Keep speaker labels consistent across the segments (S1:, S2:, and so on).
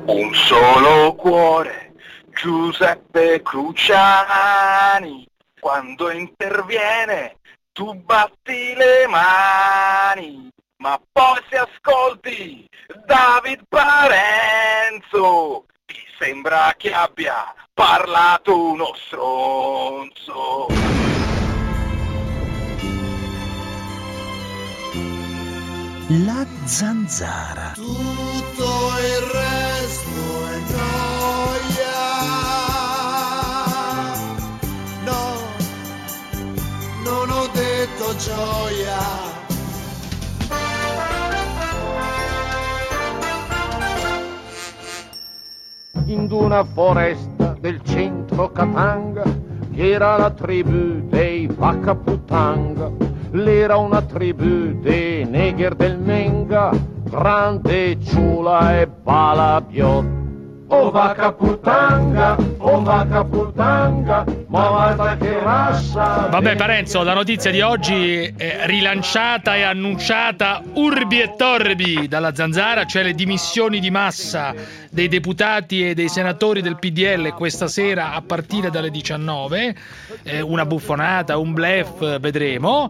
S1: Un solo cuore, Giuseppe Cruciani, quando interviene tu batti le mani, ma poi se ascolti David Parenzo ti sembra che abbia parlato uno stronzo.
S2: La zanzara.
S3: Tutto il resto è gioia. No, non ho detto gioia.
S4: In una foresta del centro Katanga era la tribù dei Vakaputanga. L'era una tribù dei Neger del Menga, grande, ciula e balabiot. Oh Vakaputanga, ma guarda che massa.
S5: Vabbè Parenzo, la notizia di oggi è rilanciata e annunciata urbi e torbi dalla Zanzara, cioè le dimissioni di massa dei deputati e dei senatori del PDL questa sera a partire dalle 19. Una buffonata, un bluff, vedremo.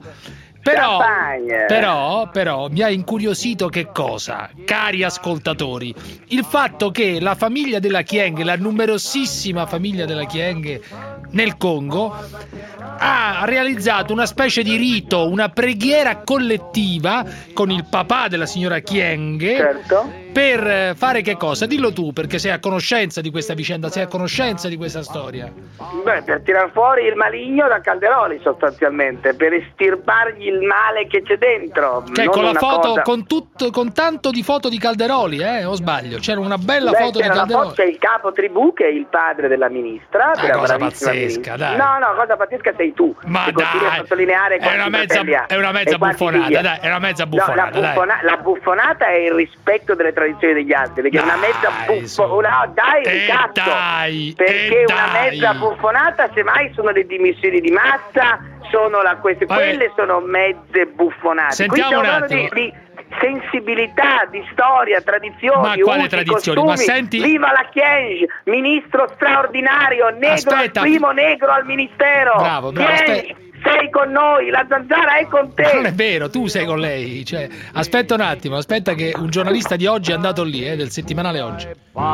S5: Però mi ha incuriosito che cosa, cari ascoltatori? Il fatto che la famiglia della Kyenge, la numerosissima famiglia della Kyenge nel Congo, ha realizzato una specie di rito, una preghiera collettiva con il papà della signora Kyenge.
S6: Certo.
S5: Per fare che cosa? Dillo tu, perché sei a conoscenza di questa vicenda, sei a conoscenza di questa storia.
S6: Beh, per tirar fuori il maligno da Calderoli sostanzialmente, per estirpargli il male che c'è dentro.
S5: Cioè,
S6: non
S5: con la
S6: una
S5: foto,
S6: cosa...
S5: con tanto di foto di Calderoli, o sbaglio? C'era una bella foto di Calderoli.
S6: C'è il capo tribù che è il padre della ministra, della
S5: cosa
S6: bravissima
S5: pazzesca,
S6: ministra.
S5: dai.
S6: No, cosa pazzesca sei tu.
S5: Ma
S6: continui a sottolineare
S5: è una mezza buffonata, dai, è una mezza buffonata,
S6: la buffonata è il rispetto delle tradizioni degli altri, perché una mezza buffonata, perché una mezza buffonata semmai sono le dimissioni di massa, sono quelle sono mezze buffonate.
S5: Sentiamo un attimo.
S6: Di sensibilità, di storia, tradizioni,
S5: ma quale
S6: usi,
S5: tradizioni?
S6: costumi.
S5: Ma senti...
S6: Viva la Kyenge, ministro straordinario, negro, il primo negro al ministero.
S5: Bravo,
S6: Kyenge, sei con noi, la Zanzara è con te.
S5: Ma non è vero, tu sei con lei. Cioè, aspetta un attimo, aspetta che un giornalista di oggi è andato lì, del settimanale Oggi.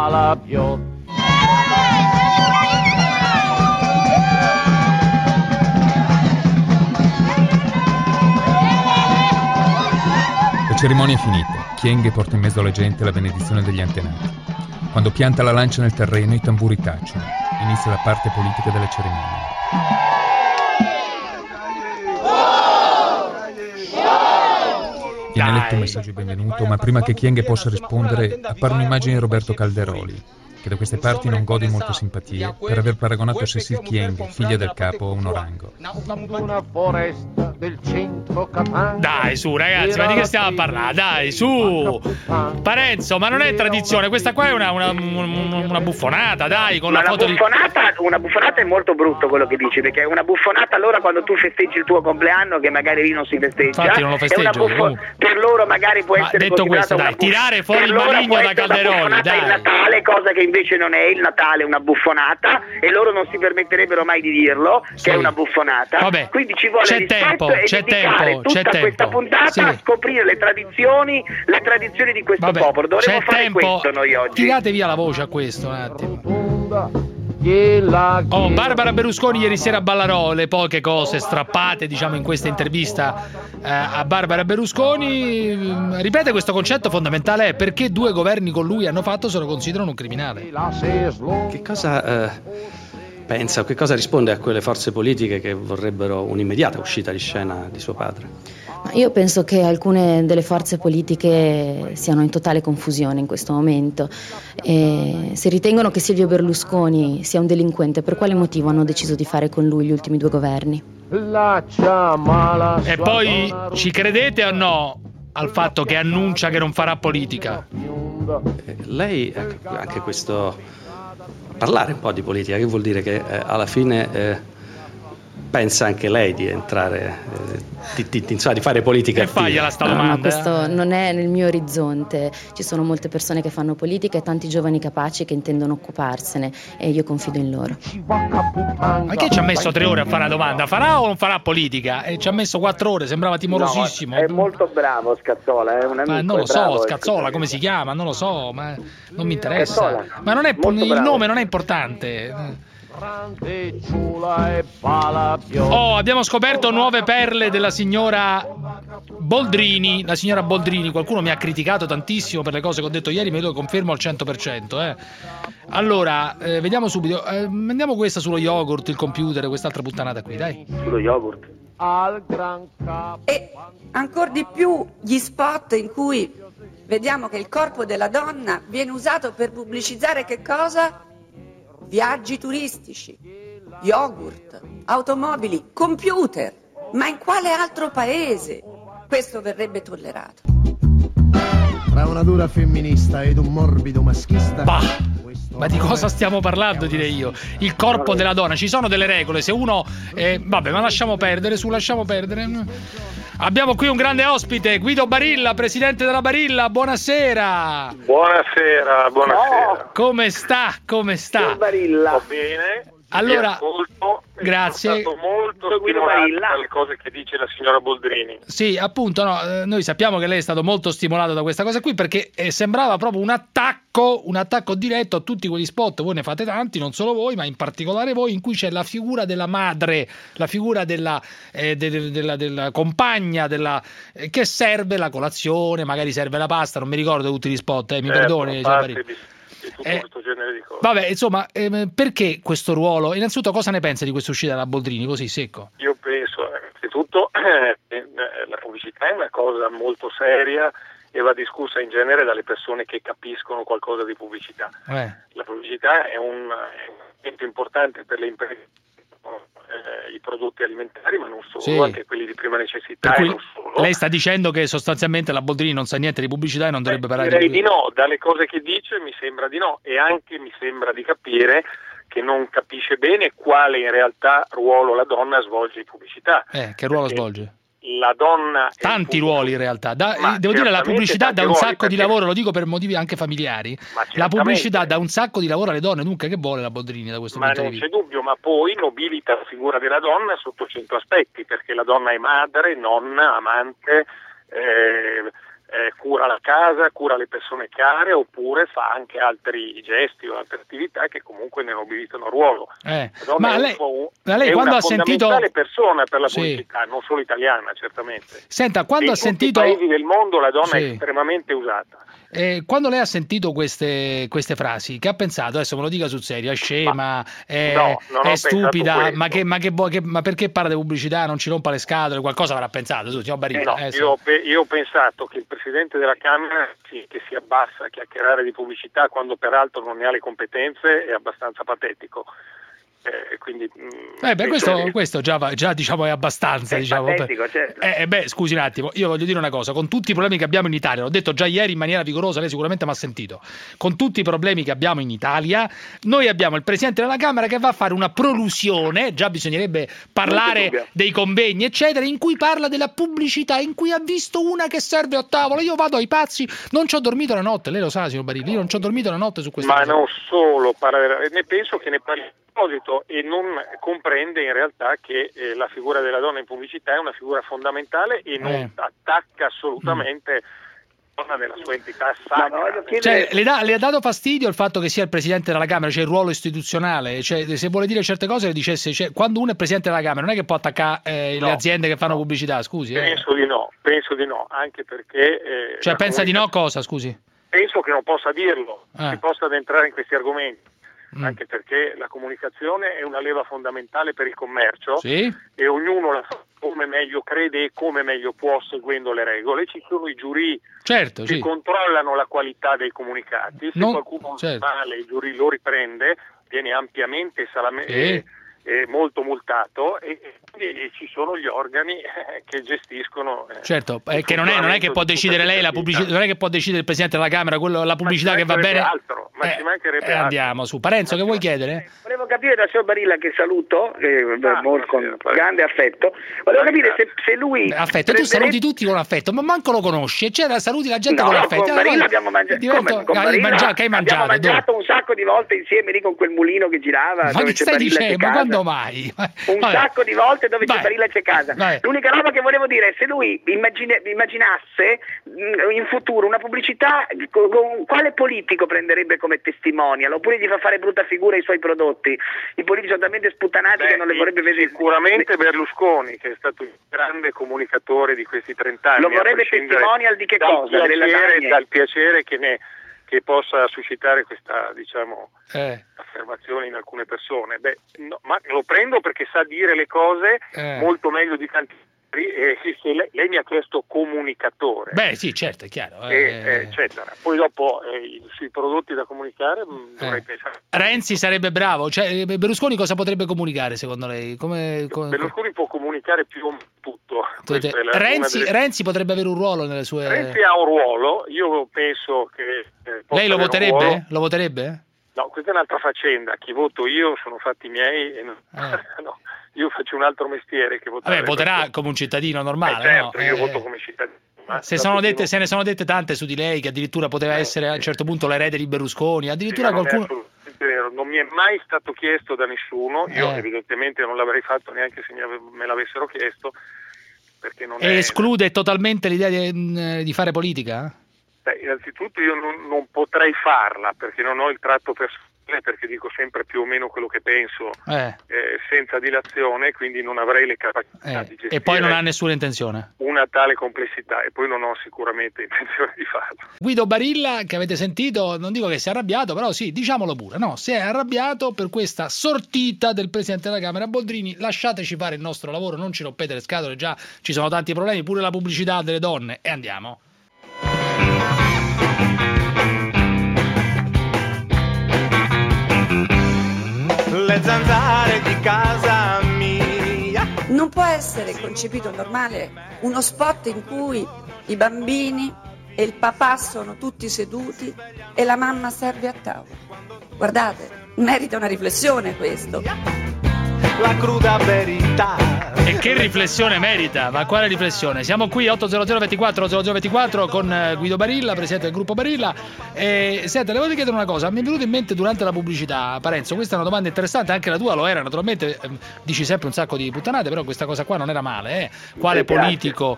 S7: La cerimonia è finita. Kyenge porta in mezzo alla gente la benedizione degli antenati. Quando pianta la lancia nel terreno, i tamburi tacciono. Inizia la parte politica della cerimonia. Viene letto un messaggio di benvenuto, ma prima che Kyenge possa rispondere, appare un'immagine di Roberto Calderoli, che da queste parti non gode di molte simpatie per aver paragonato Cécile Kyenge, figlia del capo, a un orango.
S4: Una foresta del centro Katanga.
S5: Dai, su, ragazzi, ma di che stiamo a parlare? Dai, su! Parenzo, ma non è tradizione, questa qua è una buffonata, dai, con la foto
S6: Una buffonata è molto brutto quello che dici, perché è una buffonata allora quando tu festeggi il tuo compleanno, che magari lì non si festeggia.
S5: Infatti non lo festeggio.
S6: Per loro magari può essere
S5: detto questo, dai, tirare fuori il maligno da Calderoli, dai.
S6: Il Natale, cosa che invece non è il Natale, è una buffonata, e loro non si permetterebbero mai di dirlo, che è una buffonata.
S5: Vabbè,
S6: quindi ci vuole
S5: c'è tempo.
S6: Questa puntata a scoprire le tradizioni di questo popolo. Dovremmo fare questo noi oggi.
S5: Tirate via la voce a questo un attimo. Barbara Berlusconi ieri sera ballarò le poche cose strappate, diciamo, in questa intervista a Barbara Berlusconi. Ripete questo concetto fondamentale: è perché 2 governi con lui hanno fatto se lo considerano un criminale.
S8: Che cosa pensa o che cosa risponde a quelle forze politiche che vorrebbero un'immediata uscita di scena di suo padre?
S9: Io penso che alcune delle forze politiche siano in totale confusione in questo momento. Se ritengono che Silvio Berlusconi sia un delinquente, per quale motivo hanno deciso di fare con lui gli ultimi 2 governi?
S5: E poi ci credete o no al fatto che annuncia che non farà politica?
S8: Lei, anche questo parlare un po' di politica, che vuol dire che alla fine pensa anche lei di entrare, di fare politica attiva?
S5: Fagliela sta domanda.
S9: No, questo non è nel mio orizzonte. Ci sono molte persone che fanno politica e tanti giovani capaci che intendono occuparsene, e io confido in loro.
S5: Ma che ci ha messo 3 ore a fare la domanda? Farà o non farà politica? E ci ha messo 4 ore, sembrava timorosissimo.
S6: No, è molto bravo Scazzola, è un amico.
S5: Ma non lo so,
S6: bravo,
S5: Scazzola come si chiama? Non lo so, ma non mi interessa.
S6: Scazzola,
S5: ma non è il
S6: bravo.
S5: nome non è importante. Oh, abbiamo scoperto nuove perle della signora Boldrini. La signora Boldrini, qualcuno mi ha criticato tantissimo per le cose che ho detto ieri, ma io lo confermo al 100%. Allora, vediamo subito. Andiamo questa sullo yogurt, il computer, quest'altra puttanata qui, dai.
S6: Sullo yogurt.
S10: E ancora di più gli spot in cui vediamo che il corpo della donna viene usato per pubblicizzare che cosa? Viaggi turistici, yogurt, automobili, computer. Ma in quale altro paese questo verrebbe tollerato?
S3: Tra una dura femminista ed un morbido maschista.
S5: Ma di cosa stiamo parlando, direi io? Il corpo della donna, ci sono delle regole. Se uno vabbè, ma lasciamo perdere. Abbiamo qui un grande ospite, Guido Barilla, presidente della Barilla. Buonasera.
S1: Buonasera.
S5: Oh, come sta?
S6: Barilla.
S1: Va bene.
S5: Allora, grazie.
S1: Sono stato molto stimolato dalle cose che dice la signora Boldrini.
S5: Sì, appunto, no, noi sappiamo che lei è stato molto stimolato da questa cosa qui, perché sembrava proprio un attacco diretto a tutti quegli spot. Voi ne fate tanti, non solo voi, ma in particolare voi, in cui c'è la figura della madre, la figura della compagna, che serve la colazione, magari serve la pasta, non mi ricordo tutti gli spot, mi perdoni.
S1: Di tutto questo genere di cose.
S5: Vabbè, insomma, perché questo ruolo? Innanzitutto, cosa ne pensa di questa uscita della Boldrini, così secco?
S1: Io penso, innanzitutto, la pubblicità è una cosa molto seria e va discussa in genere dalle persone che capiscono qualcosa di pubblicità. La pubblicità è un elemento importante per le imprese, i prodotti alimentari, ma non solo, sì, anche quelli di prima necessità. E non solo.
S5: Lei sta dicendo che sostanzialmente la Boldrini non sa niente di pubblicità e non dovrebbe parlare
S1: direi di no, dalle cose che dice mi sembra di no, e anche mi sembra di capire che non capisce bene quale in realtà ruolo la donna svolge in pubblicità.
S5: Che ruolo svolge?
S1: La donna
S5: tanti ruoli in realtà, devo dire, la pubblicità dà un sacco di lavoro, lo dico per motivi anche familiari, la pubblicità dà un sacco di lavoro alle donne, dunque che vuole la Boldrini da questo punto di vista?
S1: Ma non c'è dubbio, ma poi nobilita la figura della donna sotto 100 aspetti, perché la donna è madre, nonna, amante, cura la casa, cura le persone care, oppure fa anche altri gesti o altre attività che comunque ne nobilitano il ruolo.
S5: Ma lei
S1: è
S5: quando
S1: una
S5: ha sentito
S1: fondamentale persona per la pubblicità, non solo italiana, certamente.
S5: Senta, quando ha sentito
S1: in tutti i paesi del mondo la donna è estremamente usata.
S5: Quando lei ha sentito queste frasi, che ha pensato? Adesso me lo dica sul serio, è scema, è stupida, ma perché parla di pubblicità, non ci rompa le scatole, qualcosa avrà pensato, signor Barilla?
S1: Io ho pensato che il Presidente della Camera che si abbassa a chiacchierare di pubblicità quando peraltro non ne ha le competenze è abbastanza patetico. Quindi
S5: questo già diciamo è abbastanza,
S6: patetico, certo.
S5: Scusi un attimo, io voglio dire una cosa: con tutti i problemi che abbiamo in Italia, l'ho detto già ieri in maniera vigorosa, lei sicuramente mi ha sentito, con tutti i problemi che abbiamo in Italia, noi abbiamo il Presidente della Camera che va a fare una prolusione, già bisognerebbe parlare dei convegni eccetera, in cui parla della pubblicità, in cui ha visto una che serve a tavola. Io vado ai pazzi, non ci ho dormito la notte, lei lo sa, signor Barilla, io non ci ho dormito la notte su questo.
S1: Ma non solo, ne penso che ne parli e non comprende in realtà che la figura della donna in pubblicità è una figura fondamentale e non attacca assolutamente la donna nella sua entità sacra.
S5: Le ha dato fastidio il fatto che sia il Presidente della Camera, cioè il ruolo istituzionale, cioè se vuole dire certe cose le dicesse, quando uno è Presidente della Camera non è che può attaccare le aziende che fanno pubblicità, scusi.
S1: Penso di no, anche perché
S5: pensa di no cosa, scusi?
S1: Penso che non possa dirlo, si possa entrare in questi argomenti. Anche perché la comunicazione è una leva fondamentale per il commercio e ognuno la fa come meglio crede e come meglio può, seguendo le regole. Ci sono i giuri che controllano la qualità dei comunicati, se qualcuno fa male il giurì lo riprende, viene ampiamente molto multato e ci sono gli organi che gestiscono
S5: che non è che può decidere lei la pubblicità, non è che può decidere il Presidente della Camera la pubblicità che va bene
S1: altro, ma ci mancherebbe altro.
S5: Andiamo su Parenzo, che vuoi chiedere?
S6: Volevo capire da signor Barilla, che saluto con grande affetto, volevo capire se lui
S5: affetto, tu saluti tutti con affetto, ma manco lo conosci, e c'era saluti la gente con affetto.
S6: Con Barilla abbiamo mangiato un sacco di volte insieme lì con quel mulino che girava.
S5: Ma che stai dicendo? Ma quando mai?
S6: Sacco di volte dove c'è Barilla c'è casa. L'unica roba che volevo dire è se lui immaginasse in futuro una pubblicità, con quale politico prenderebbe come testimonial, oppure gli fa fare brutta figura ai suoi prodotti. I politici sono talmente sputtanati che non le vorrebbe vedere.
S1: Sicuramente Berlusconi, che è stato il grande comunicatore di questi 30 anni.
S6: Lo vorrebbe testimonial di che cosa?
S1: Dal piacere che possa suscitare questa, affermazione in alcune persone. Ma lo prendo perché sa dire le cose molto meglio di tanti. Lei mi ha chiesto comunicatore.
S5: Sì, certo, è chiaro.
S1: Eccetera. Poi dopo sui prodotti da comunicare dovrei pensare.
S5: Renzi sarebbe bravo. Berlusconi cosa potrebbe comunicare secondo lei?
S1: Berlusconi può comunicare più o meno tutto.
S5: Renzi potrebbe avere un ruolo nelle sue.
S1: Renzi ha un ruolo. Io penso che
S5: lei lo voterebbe? Lo voterebbe?
S1: No, questa è un'altra faccenda. Chi voto io sono fatti miei e no. Io faccio un altro mestiere che votare.
S5: Voterà come un cittadino normale.
S1: Certo, io voto come cittadino.
S5: Se ne sono dette tante su di lei, che addirittura poteva essere a un certo punto l'erede di Berlusconi, addirittura qualcuno.
S1: Non mi è mai stato chiesto da nessuno, io evidentemente non l'avrei fatto neanche se me l'avessero chiesto, perché non
S5: esclude totalmente l'idea di fare politica?
S1: Innanzitutto io non potrei farla perché non ho il tratto personale, perché dico sempre più o meno quello che penso senza dilazione, quindi non avrei le capacità di gestire.
S5: E poi non ha nessuna intenzione?
S1: Una tale complessità, e poi non ho sicuramente intenzione di farlo.
S5: Guido Barilla, che avete sentito, non dico che si è arrabbiato, però sì, diciamolo pure, si è arrabbiato per questa sortita del Presidente della Camera Boldrini. Lasciateci fare il nostro lavoro, non ci rompete le scatole, già ci sono tanti problemi, pure la pubblicità delle donne, e andiamo.
S11: Le zanzare di casa mia.
S10: Non può essere concepito normale uno spot in cui i bambini e il papà sono tutti seduti e la mamma serve a tavola. Guardate, merita una riflessione questo.
S11: La cruda verità.
S5: E che riflessione merita? Ma quale riflessione? Siamo qui 80024 con Guido Barilla, presidente del gruppo Barilla. Senta, le voglio chiedere una cosa. Mi è venuto in mente durante la pubblicità, Parenzo, questa è una domanda interessante, anche la tua lo era, naturalmente dici sempre un sacco di puttanate, però questa cosa qua non era male, Quale politico?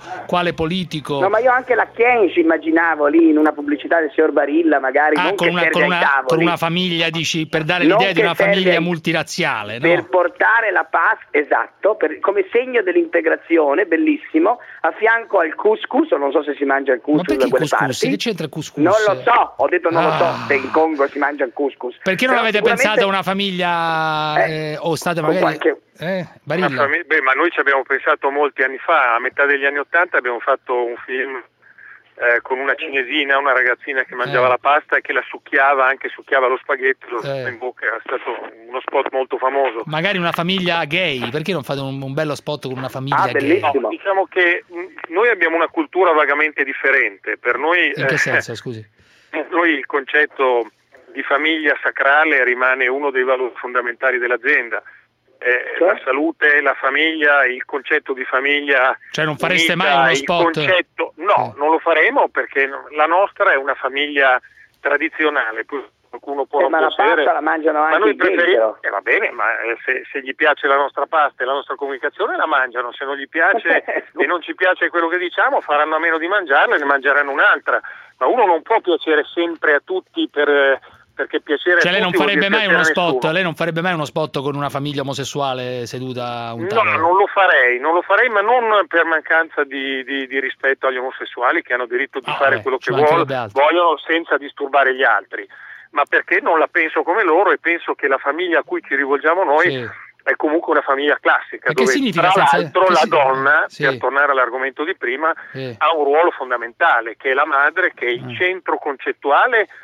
S6: No, ma io anche la Chienci immaginavo lì in una pubblicità del signor Barilla, magari
S5: con una famiglia, dici, per dare l'idea di una famiglia multirazziale, no?
S6: Per portare la pace, esatto, come segno dell'integrazione, bellissimo, a fianco al couscous, non so se si mangia il couscous da quelle parti.
S5: Che c'entra il couscous?
S6: Non lo so, ho detto non lo so se in Congo si mangia il couscous.
S5: Perché non avete pensato a una famiglia o state magari Barilla?
S1: Ma noi ci abbiamo pensato molti anni fa, a metà degli anni '80 abbiamo fatto un film con una cinesina, una ragazzina che mangiava la pasta e che la succhiava lo spaghetto in bocca. Era stato uno spot molto famoso.
S5: Magari una famiglia gay, perché non fate un bello spot con una famiglia gay?
S6: No,
S1: diciamo che noi abbiamo una cultura vagamente differente. Per noi,
S5: in che senso, scusi?
S1: Noi il concetto di famiglia sacrale rimane uno dei valori fondamentali dell'azienda. La salute, la famiglia, il concetto di famiglia.
S5: Cioè non fareste mai uno spot?
S1: Non lo faremo perché la nostra è una famiglia tradizionale. Qualcuno può non
S6: ma
S1: piacere,
S6: la pasta la mangiano anche.
S1: Ma noi preferiamo. Va bene, ma se gli piace la nostra pasta e la nostra comunicazione la mangiano. Se non gli piace e non ci piace quello che diciamo, faranno a meno di mangiarla e ne mangeranno un'altra. Ma uno non può piacere sempre a tutti perché piacere
S5: lei non farebbe mai uno spot?
S1: Nessuno.
S5: Lei non farebbe mai uno spot con una famiglia omosessuale seduta a un tavolo?
S1: No, non lo farei, ma non per mancanza di rispetto agli omosessuali che hanno diritto di fare quello che vogliono senza disturbare gli altri, ma perché non la penso come loro e penso che la famiglia a cui ci rivolgiamo noi è comunque una famiglia classica, dove tra l'altro la donna, per tornare all'argomento di prima, ha un ruolo fondamentale, che è la madre, che è il centro concettuale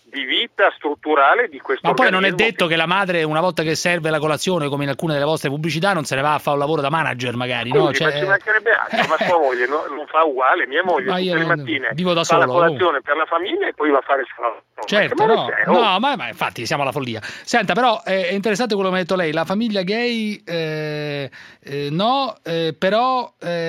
S1: di vita strutturale di questo.
S5: Ma poi non è detto che la madre, una volta che serve la colazione, come in alcune delle vostre pubblicità, non se ne va a fare un lavoro da manager magari, no?
S1: Così, ma ci mancherebbe altro, ma sua moglie non fa uguale. Mia moglie tutte le mattine
S5: vivo da
S1: fa
S5: solo,
S1: la colazione per la famiglia e poi va a fare il suo lavoro.
S5: Certo, no, ma infatti siamo alla follia. Senta, però è interessante quello che mi ha detto lei, la famiglia gay però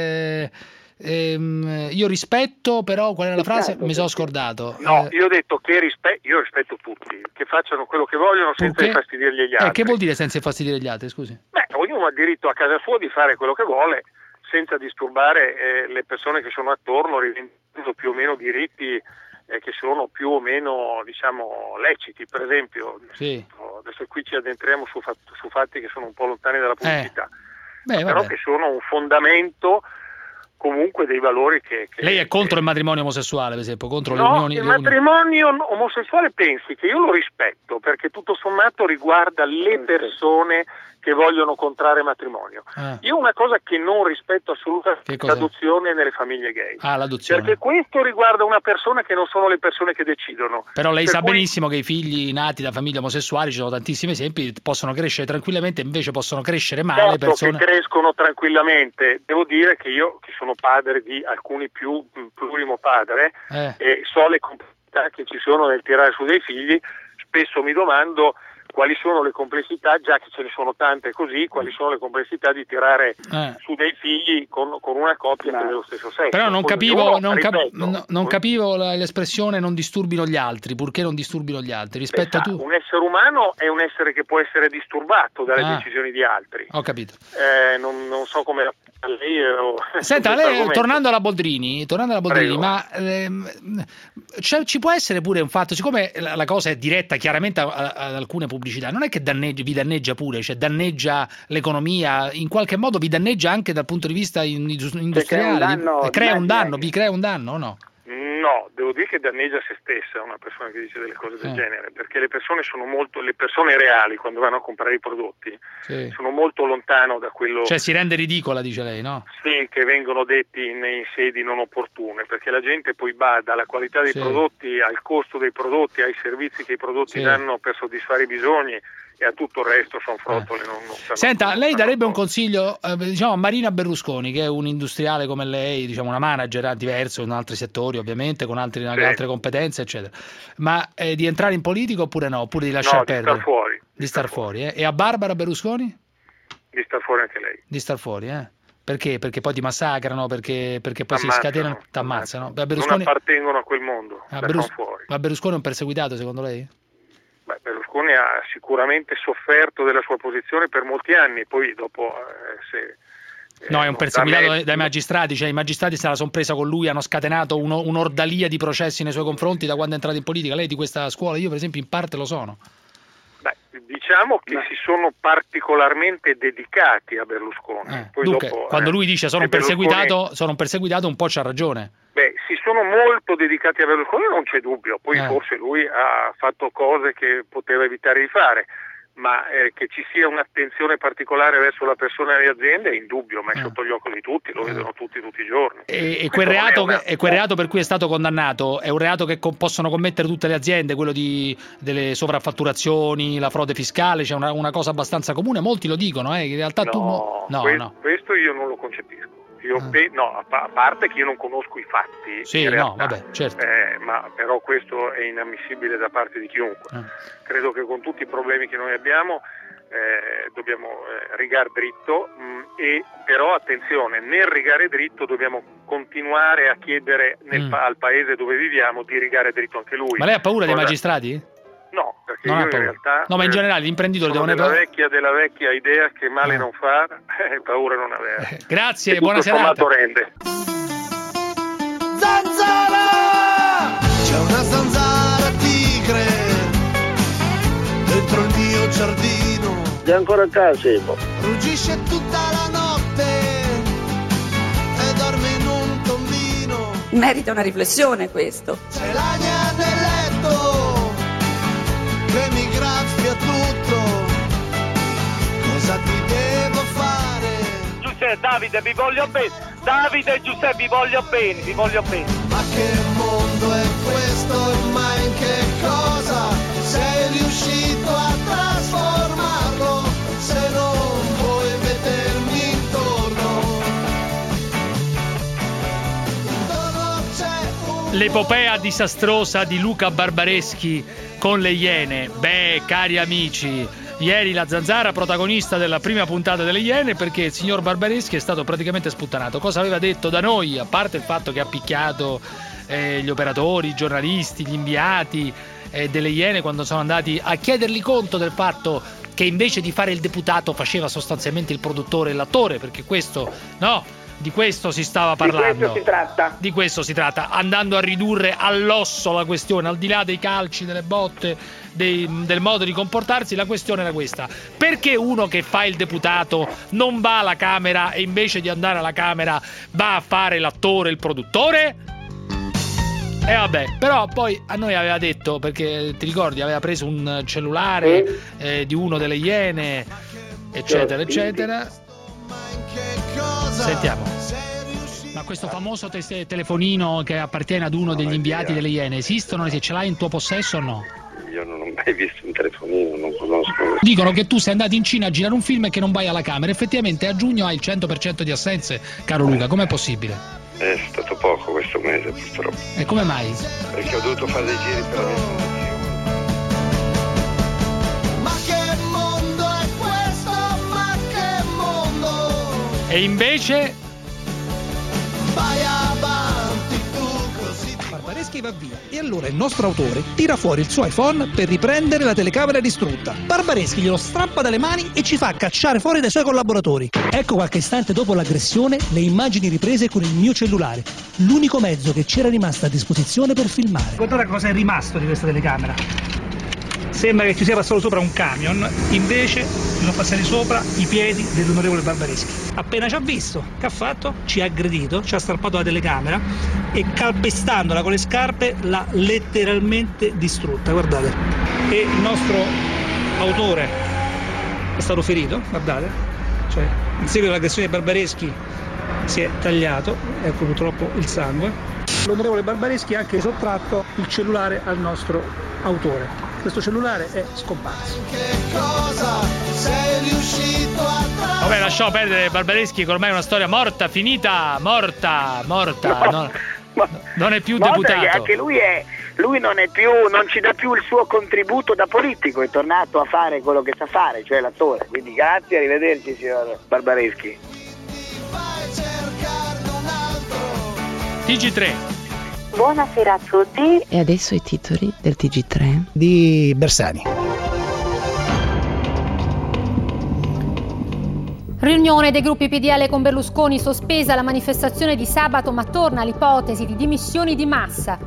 S5: io rispetto, però qual era la frase? Mi sono scordato.
S1: No, io ho detto che io rispetto tutti, che facciano quello che vogliono senza infastidirgli gli altri.
S5: Che vuol dire senza infastidire gli altri, scusi?
S1: Beh, ognuno ha diritto a casa sua di fare quello che vuole senza disturbare le persone che sono attorno, rivendendo più o meno diritti che sono più o meno, diciamo, leciti. Per esempio, adesso qui ci addentriamo su fatti che sono un po' lontani dalla pubblicità, però che sono un fondamento comunque dei valori che
S5: lei è contro il matrimonio omosessuale, per esempio, contro le unioni?
S1: Il matrimonio omosessuale pensi che io lo rispetto, perché tutto sommato riguarda le persone che vogliono contrarre matrimonio. Io una cosa che non rispetto assolutamente è l'adozione nelle famiglie gay.
S5: L'adozione.
S1: Perché questo riguarda una persona che non sono le persone che decidono.
S5: Però lei sa benissimo che i figli nati da famiglie omosessuali, ci sono tantissimi esempi, possono crescere tranquillamente, invece possono crescere male persone
S1: che crescono tranquillamente. Devo dire che io, che sono padre di alcuni plurimo padre, e so le complessità che ci sono nel tirare su dei figli, spesso mi domando quali sono le complessità, già che ce ne sono tante così, quali sono le complessità di tirare su dei figli con una coppia che è dello stesso sesso.
S5: Però non capivo l'espressione non disturbino gli altri, purché non disturbino gli altri. Rispetto a tu.
S1: Un essere umano è un essere che può essere disturbato dalle decisioni di altri.
S5: Ho capito.
S1: Non so come lei
S5: Senta, lei, tornando alla Boldrini, ma ci può essere pure un fatto, siccome la cosa è diretta chiaramente ad alcune pubblicità, non è che vi danneggia pure, cioè danneggia l'economia, in qualche modo vi danneggia anche dal punto di vista industriale, vi crea un danno o no?
S1: No, devo dire che danneggia se stessa una persona che dice delle cose del genere, perché le persone le persone reali quando vanno a comprare i prodotti sono molto lontano da quello.
S5: Cioè si rende ridicola, dice lei, no?
S1: Sì, che vengono detti in sedi non opportune, perché la gente poi bada alla qualità dei prodotti, al costo dei prodotti, ai servizi che i prodotti danno per soddisfare i bisogni, e a tutto il resto sono frottole.
S5: Senta, lei darebbe un consiglio diciamo a Marina Berlusconi, che è un industriale come lei, diciamo una manager diverso in altri settori ovviamente, con altre competenze eccetera, ma di entrare in politica oppure no? Oppure di lasciar perdere? Di star fuori. E a Barbara Berlusconi?
S1: Di star fuori anche lei.
S5: Di star fuori, Perché? Perché poi ti massacrano, perché poi si scatenano, ti ammazzano.
S1: Non appartengono a quel mondo, fuori.
S5: Ma Berlusconi è un perseguitato secondo lei?
S1: Beh, Berlusconi ha sicuramente sofferto della sua posizione per molti anni, poi dopo
S5: no, è un perseguitato dai magistrati, cioè i magistrati se la sono presa con lui, hanno scatenato un'ordalia di processi nei suoi confronti da quando è entrato in politica. Lei di questa scuola? Io per esempio in parte lo sono.
S1: Beh, diciamo che si sono particolarmente dedicati a Berlusconi. Poi
S5: dunque,
S1: dopo,
S5: quando lui dice sono un perseguitato un po' c'ha ragione.
S1: Beh, si sono molto dedicati a Berlusconi, non c'è dubbio, poi forse lui ha fatto cose che poteva evitare di fare, ma che ci sia un'attenzione particolare verso la persona e le aziende è indubbio, ma è sotto gli occhi di tutti, lo vedono tutti i giorni.
S5: E quel reato per cui è stato condannato è un reato che possono commettere tutte le aziende, quello delle sovraffatturaurazioni, la frode fiscale, c'è una cosa abbastanza comune, molti lo dicono, in realtà
S1: questo io non lo concepisco. A parte che io non conosco i fatti,
S5: certo.
S1: Ma però questo è inammissibile da parte di chiunque. Credo che con tutti i problemi che noi abbiamo dobbiamo rigare dritto, e però attenzione, nel rigare dritto dobbiamo continuare a chiedere al paese dove viviamo di rigare dritto anche lui.
S5: Ma lei ha paura dei magistrati?
S1: No, perché io in realtà
S5: ma in generale gli imprenditori devono
S1: della vecchia idea che male non fa, paura non avere.
S5: Grazie, buona serata.
S1: Rende.
S3: Zanzara! C'è una zanzara tigre dentro il mio giardino.
S12: È ancora a casa,
S3: ruggisce tutta la notte e dorme in un tombino.
S10: Merita una riflessione questo.
S3: C'è l'agna nel letto che mi graffia tutto, cosa ti devo fare?
S11: Giuseppe, Davide, vi voglio bene. Davide e Giuseppe, vi voglio bene.
S3: Ma che mondo è questo, ma in che cosa
S5: l'epopea disastrosa di Luca Barbareschi con le Iene. Beh, cari amici, ieri la Zanzara protagonista della prima puntata delle Iene, perché il signor Barbareschi è stato praticamente sputtanato. Cosa aveva detto da noi, a parte il fatto che ha picchiato gli operatori, i giornalisti, gli inviati delle Iene quando sono andati a chiedergli conto del fatto che invece di fare il deputato faceva sostanzialmente il produttore e l'attore, perché questo, no, di questo si stava parlando. Di questo si tratta, andando a ridurre all'osso la questione, al di là dei calci, delle botte, del modo di comportarsi. La questione era questa: perché uno che fa il deputato non va alla Camera e invece di andare alla Camera va a fare l'attore, il produttore? E vabbè, però poi a noi aveva detto, perché ti ricordi, aveva preso un cellulare di uno delle Iene, eccetera eccetera. Sentiamo. Ma questo famoso telefonino che appartiene ad uno degli inviati delle Iene, esistono? Se ce l'hai in tuo possesso o no?
S12: Io non ho mai visto un telefonino, non conosco.
S5: Dicono che tu sei andato in Cina a girare un film e che non vai alla Camera. Effettivamente a giugno hai il 100% di assenze, caro Luca, com'è possibile?
S12: È stato poco questo mese, purtroppo.
S5: E come mai?
S12: Perché ho dovuto fare dei giri per la mia fondazione.
S3: Ma che mondo è questo? Ma che mondo?
S5: E invece?
S3: Vai avanti tu così.
S13: Barbareschi va via e allora il nostro autore tira fuori il suo iPhone per riprendere la telecamera distrutta. Barbareschi glielo strappa dalle mani e ci fa cacciare fuori dai suoi collaboratori. Ecco qualche istante dopo l'aggressione le immagini riprese con il mio cellulare, l'unico mezzo che c'era rimasto a disposizione per filmare. Guardate cosa è rimasto di questa telecamera. Sembra che ci sia passato sopra un camion, invece ci sono passati sopra i piedi dell'onorevole Barbareschi. Appena ci ha visto, che ha fatto? Ci ha aggredito, ci ha strappato la telecamera e calpestandola con le scarpe l'ha letteralmente distrutta, guardate. E il nostro autore è stato ferito, guardate, cioè in seguito all'aggressione di Barbareschi si è tagliato, ecco purtroppo il sangue. L'onorevole Barbareschi ha anche sottratto il cellulare al nostro autore. Questo cellulare è scomparso.
S3: Che cosa sei riuscito a trarre?
S5: Vabbè, lasciamo perdere Barbareschi, che ormai è una storia morta, finita, morta. No, non è più deputato.
S6: Anche lui non ci dà più il suo contributo da politico, è tornato a fare quello che sa fare, cioè l'attore. Quindi grazie, arrivederci signor Barbareschi.
S5: TG3.
S14: Buonasera a tutti. E adesso i titoli del TG3
S13: di Bersani.
S15: Riunione dei gruppi PDL con Berlusconi, sospesa la manifestazione di sabato, ma torna l'ipotesi di dimissioni di massa.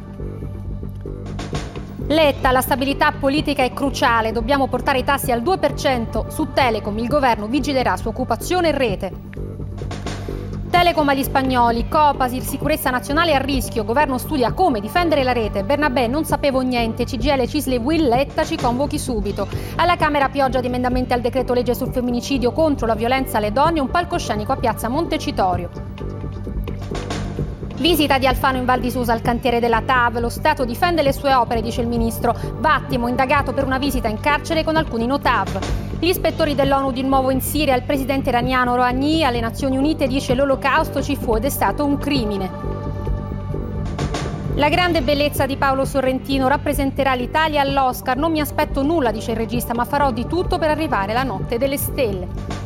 S15: Letta, la stabilità politica è cruciale, dobbiamo portare i tassi al 2%. Su Telecom il governo vigilerà su occupazione e rete. Telecom agli spagnoli, Copasir, sicurezza nazionale a rischio, governo studia come difendere la rete, Bernabè non sapevo niente, CGL Cisle Will Letta ci convochi subito. Alla Camera pioggia di emendamenti al decreto legge sul femminicidio contro la violenza alle donne, un palcoscenico a piazza Montecitorio. Visita di Alfano in Val di Susa al cantiere della TAV, lo Stato difende le sue opere, dice il ministro. Vattimo indagato per una visita in carcere con alcuni Notav. Gli ispettori dell'ONU di nuovo in Siria, il presidente iraniano Rouhani alle Nazioni Unite dice l'olocausto ci fu ed è stato un crimine. La grande bellezza di Paolo Sorrentino rappresenterà l'Italia all'Oscar, non mi aspetto nulla, dice il regista, ma farò di tutto per arrivare alla notte delle stelle.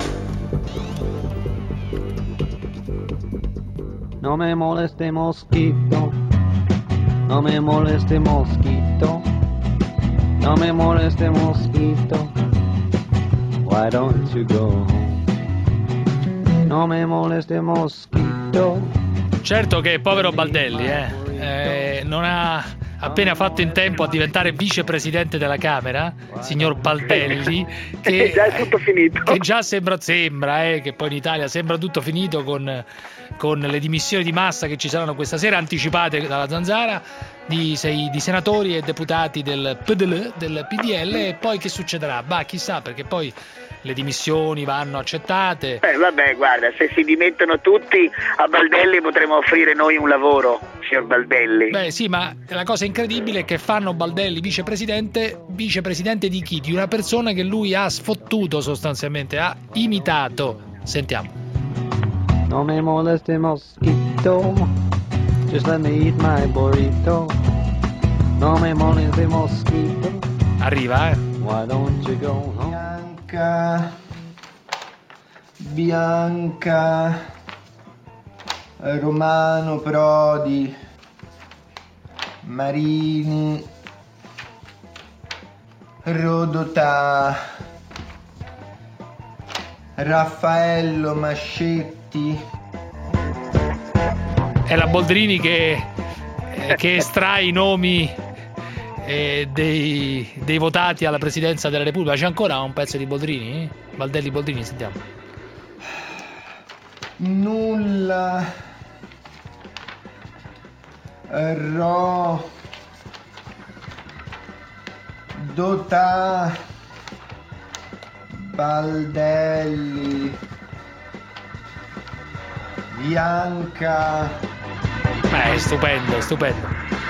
S16: No me moleste mosquito, no me moleste mosquito, no me moleste mosquito, why don't you go home? No me moleste mosquito.
S5: Certo che povero Baldelli non ha appena fatto in tempo a diventare vicepresidente della Camera, signor Baldelli, che
S6: già è tutto finito.
S5: Che già sembra che poi in Italia sembra tutto finito con le dimissioni di massa che ci saranno questa sera, anticipate dalla Zanzara, di senatori e deputati del PDL, e poi che succederà? Bah, chissà, perché poi le dimissioni vanno accettate.
S6: Vabbè, guarda, se si dimettono tutti a Baldelli potremo offrire noi un lavoro, signor Baldelli.
S5: Beh sì, ma la cosa incredibile è che fanno Baldelli vicepresidente di chi? Di una persona che lui ha sfottuto sostanzialmente, ha imitato. Sentiamo.
S16: No me moleste mosquito. Just let me eat my burrito. No me moleste mosquito.
S5: Arriva,
S16: Why don't you go home?
S3: Bianca, Romano Prodi, Marini, Rodotà, Raffaello Mascetti.
S5: È la Boldrini che estrae i nomi dei votati alla presidenza della Repubblica. C'è ancora un pezzo di Boldrini? Valdelli Boldrini, sentiamo.
S3: Nulla. Dotà. Baldelli. Bianca.
S5: Stupendo, stupendo.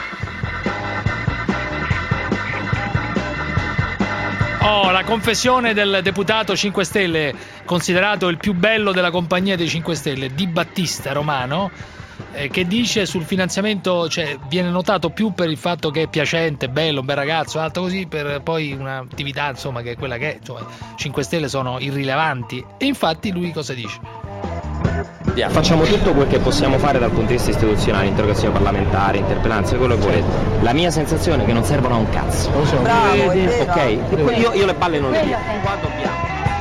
S5: La confessione del deputato 5 Stelle, considerato il più bello della compagnia dei 5 Stelle, Di Battista Romano, che dice sul finanziamento, cioè viene notato più per il fatto che è piacente, bello, un bel ragazzo, alto così, per poi un'attività insomma che è quella che è, insomma, 5 Stelle sono irrilevanti. E infatti lui cosa dice?
S17: Facciamo tutto quel che possiamo fare dal punto di vista istituzionale, interrogazione parlamentare, interpellanze, quello che volete. La mia sensazione è che non servono a un cazzo.
S3: Bravo,
S17: ok? Io le palle non le tiro. Qua dobbiamo.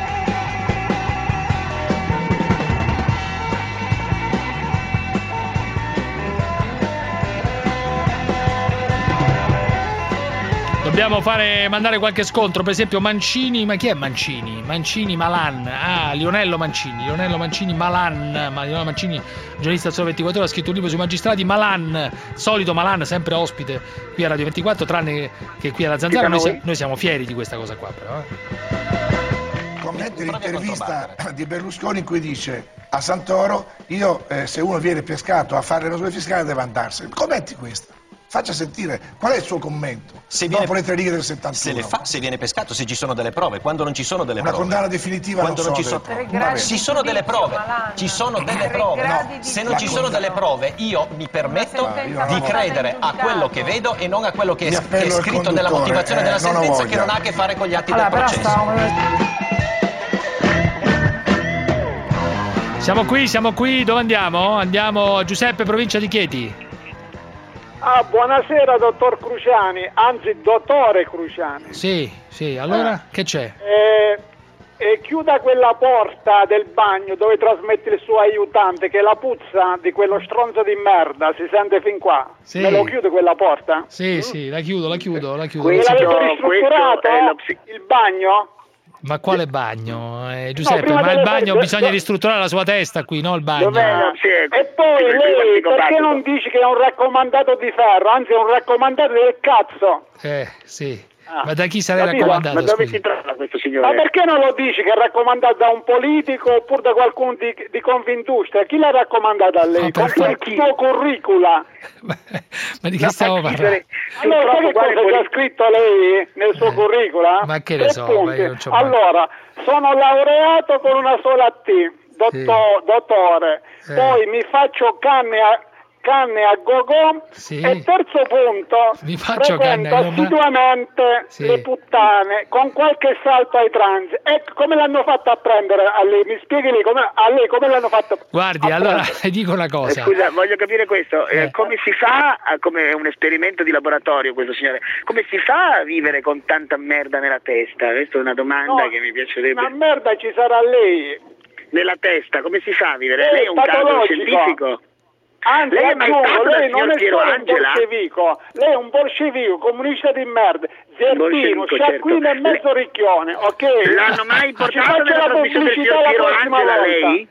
S5: Dobbiamo mandare qualche scontro, per esempio Mancini, ma chi è Mancini? Mancini Malan, Lionello Mancini Malan, Lionello Mancini, giornalista del Sole 24 Ore, ha scritto un libro sui magistrati. Malan, solito Malan, sempre ospite qui a Radio 24, tranne che qui alla Zanzara. Noi siamo fieri di questa cosa qua, però.
S18: Commenti l'intervista di Berlusconi in cui dice a Santoro: io se uno viene pescato a fare l'evasione fiscale deve andarsene. Commenti questo. Faccia sentire qual è il suo commento dopo le 3 righe del 71.
S19: Se le fa, se viene pescato, se ci sono delle prove. Quando non ci sono delle prove,
S18: una condanna definitiva,
S19: quando non ci sono, ci sono delle prove, ci sono delle prove. No, se non ci sono delle prove, io mi permetto di credere a quello che vedo e non a quello che è scritto nella motivazione della sentenza, che non ha a che fare con gli atti del processo.
S5: Siamo qui, dove andiamo? Andiamo a Giuseppe, provincia di Chieti.
S20: Buonasera dottor Cruciani, anzi dottore Cruciani.
S5: Sì, allora che c'è?
S20: Chiuda quella porta del bagno dove trasmette il suo aiutante, che la puzza di quello stronzo di merda si sente fin qua.
S5: Sì.
S20: Me lo chiude quella porta?
S5: Sì, la chiudo.
S20: L'avete ristrutturato il bagno?
S5: Ma quale bagno? Giuseppe, ma il bagno bisogna ristrutturare la sua testa qui, no il bagno.
S20: E poi lei perché non dici che è un raccomandato di ferro, anzi è un raccomandato del cazzo?
S5: Sì. Ma da chi sarà raccomandato?
S6: Ma dove si trova questo signore?
S20: Ma perché non lo dici che è raccomandato da un politico oppure da qualcuno di Confindustria? Chi l'ha raccomandato a lei? Con il suo curricula?
S5: Ma di che stiamo parlando?
S20: Allora, sai che cosa ha scritto lei nel suo curricula?
S5: Ma che ne so,
S20: allora, sono laureato con una sola T, dottore, poi mi faccio canne a go-go, e terzo punto, frequento assiduamente le puttane con qualche salto ai trans. E come l'hanno fatto a prendere a lei? Mi spieghi come l'hanno fatto?
S5: Guardi, allora dico una cosa.
S6: Scusa, voglio capire questo. Come si fa, come un esperimento di laboratorio questo signore, come si fa a vivere con tanta merda nella testa? Questa è una domanda che mi piacerebbe.
S20: Una merda ci sarà lei
S6: nella testa, come si fa a vivere? Lei è un caso scientifico.
S20: Anzi,
S6: lei è mai stato
S20: lei non è
S6: Piero
S20: solo
S6: Angela?
S20: un bolscevico, lei è un bolscevico, comunista di merda, zerbino, sciacquino e mezzo ricchione, ok?
S6: L'hanno mai portato nella trasmissione del signor Piero Angela lei?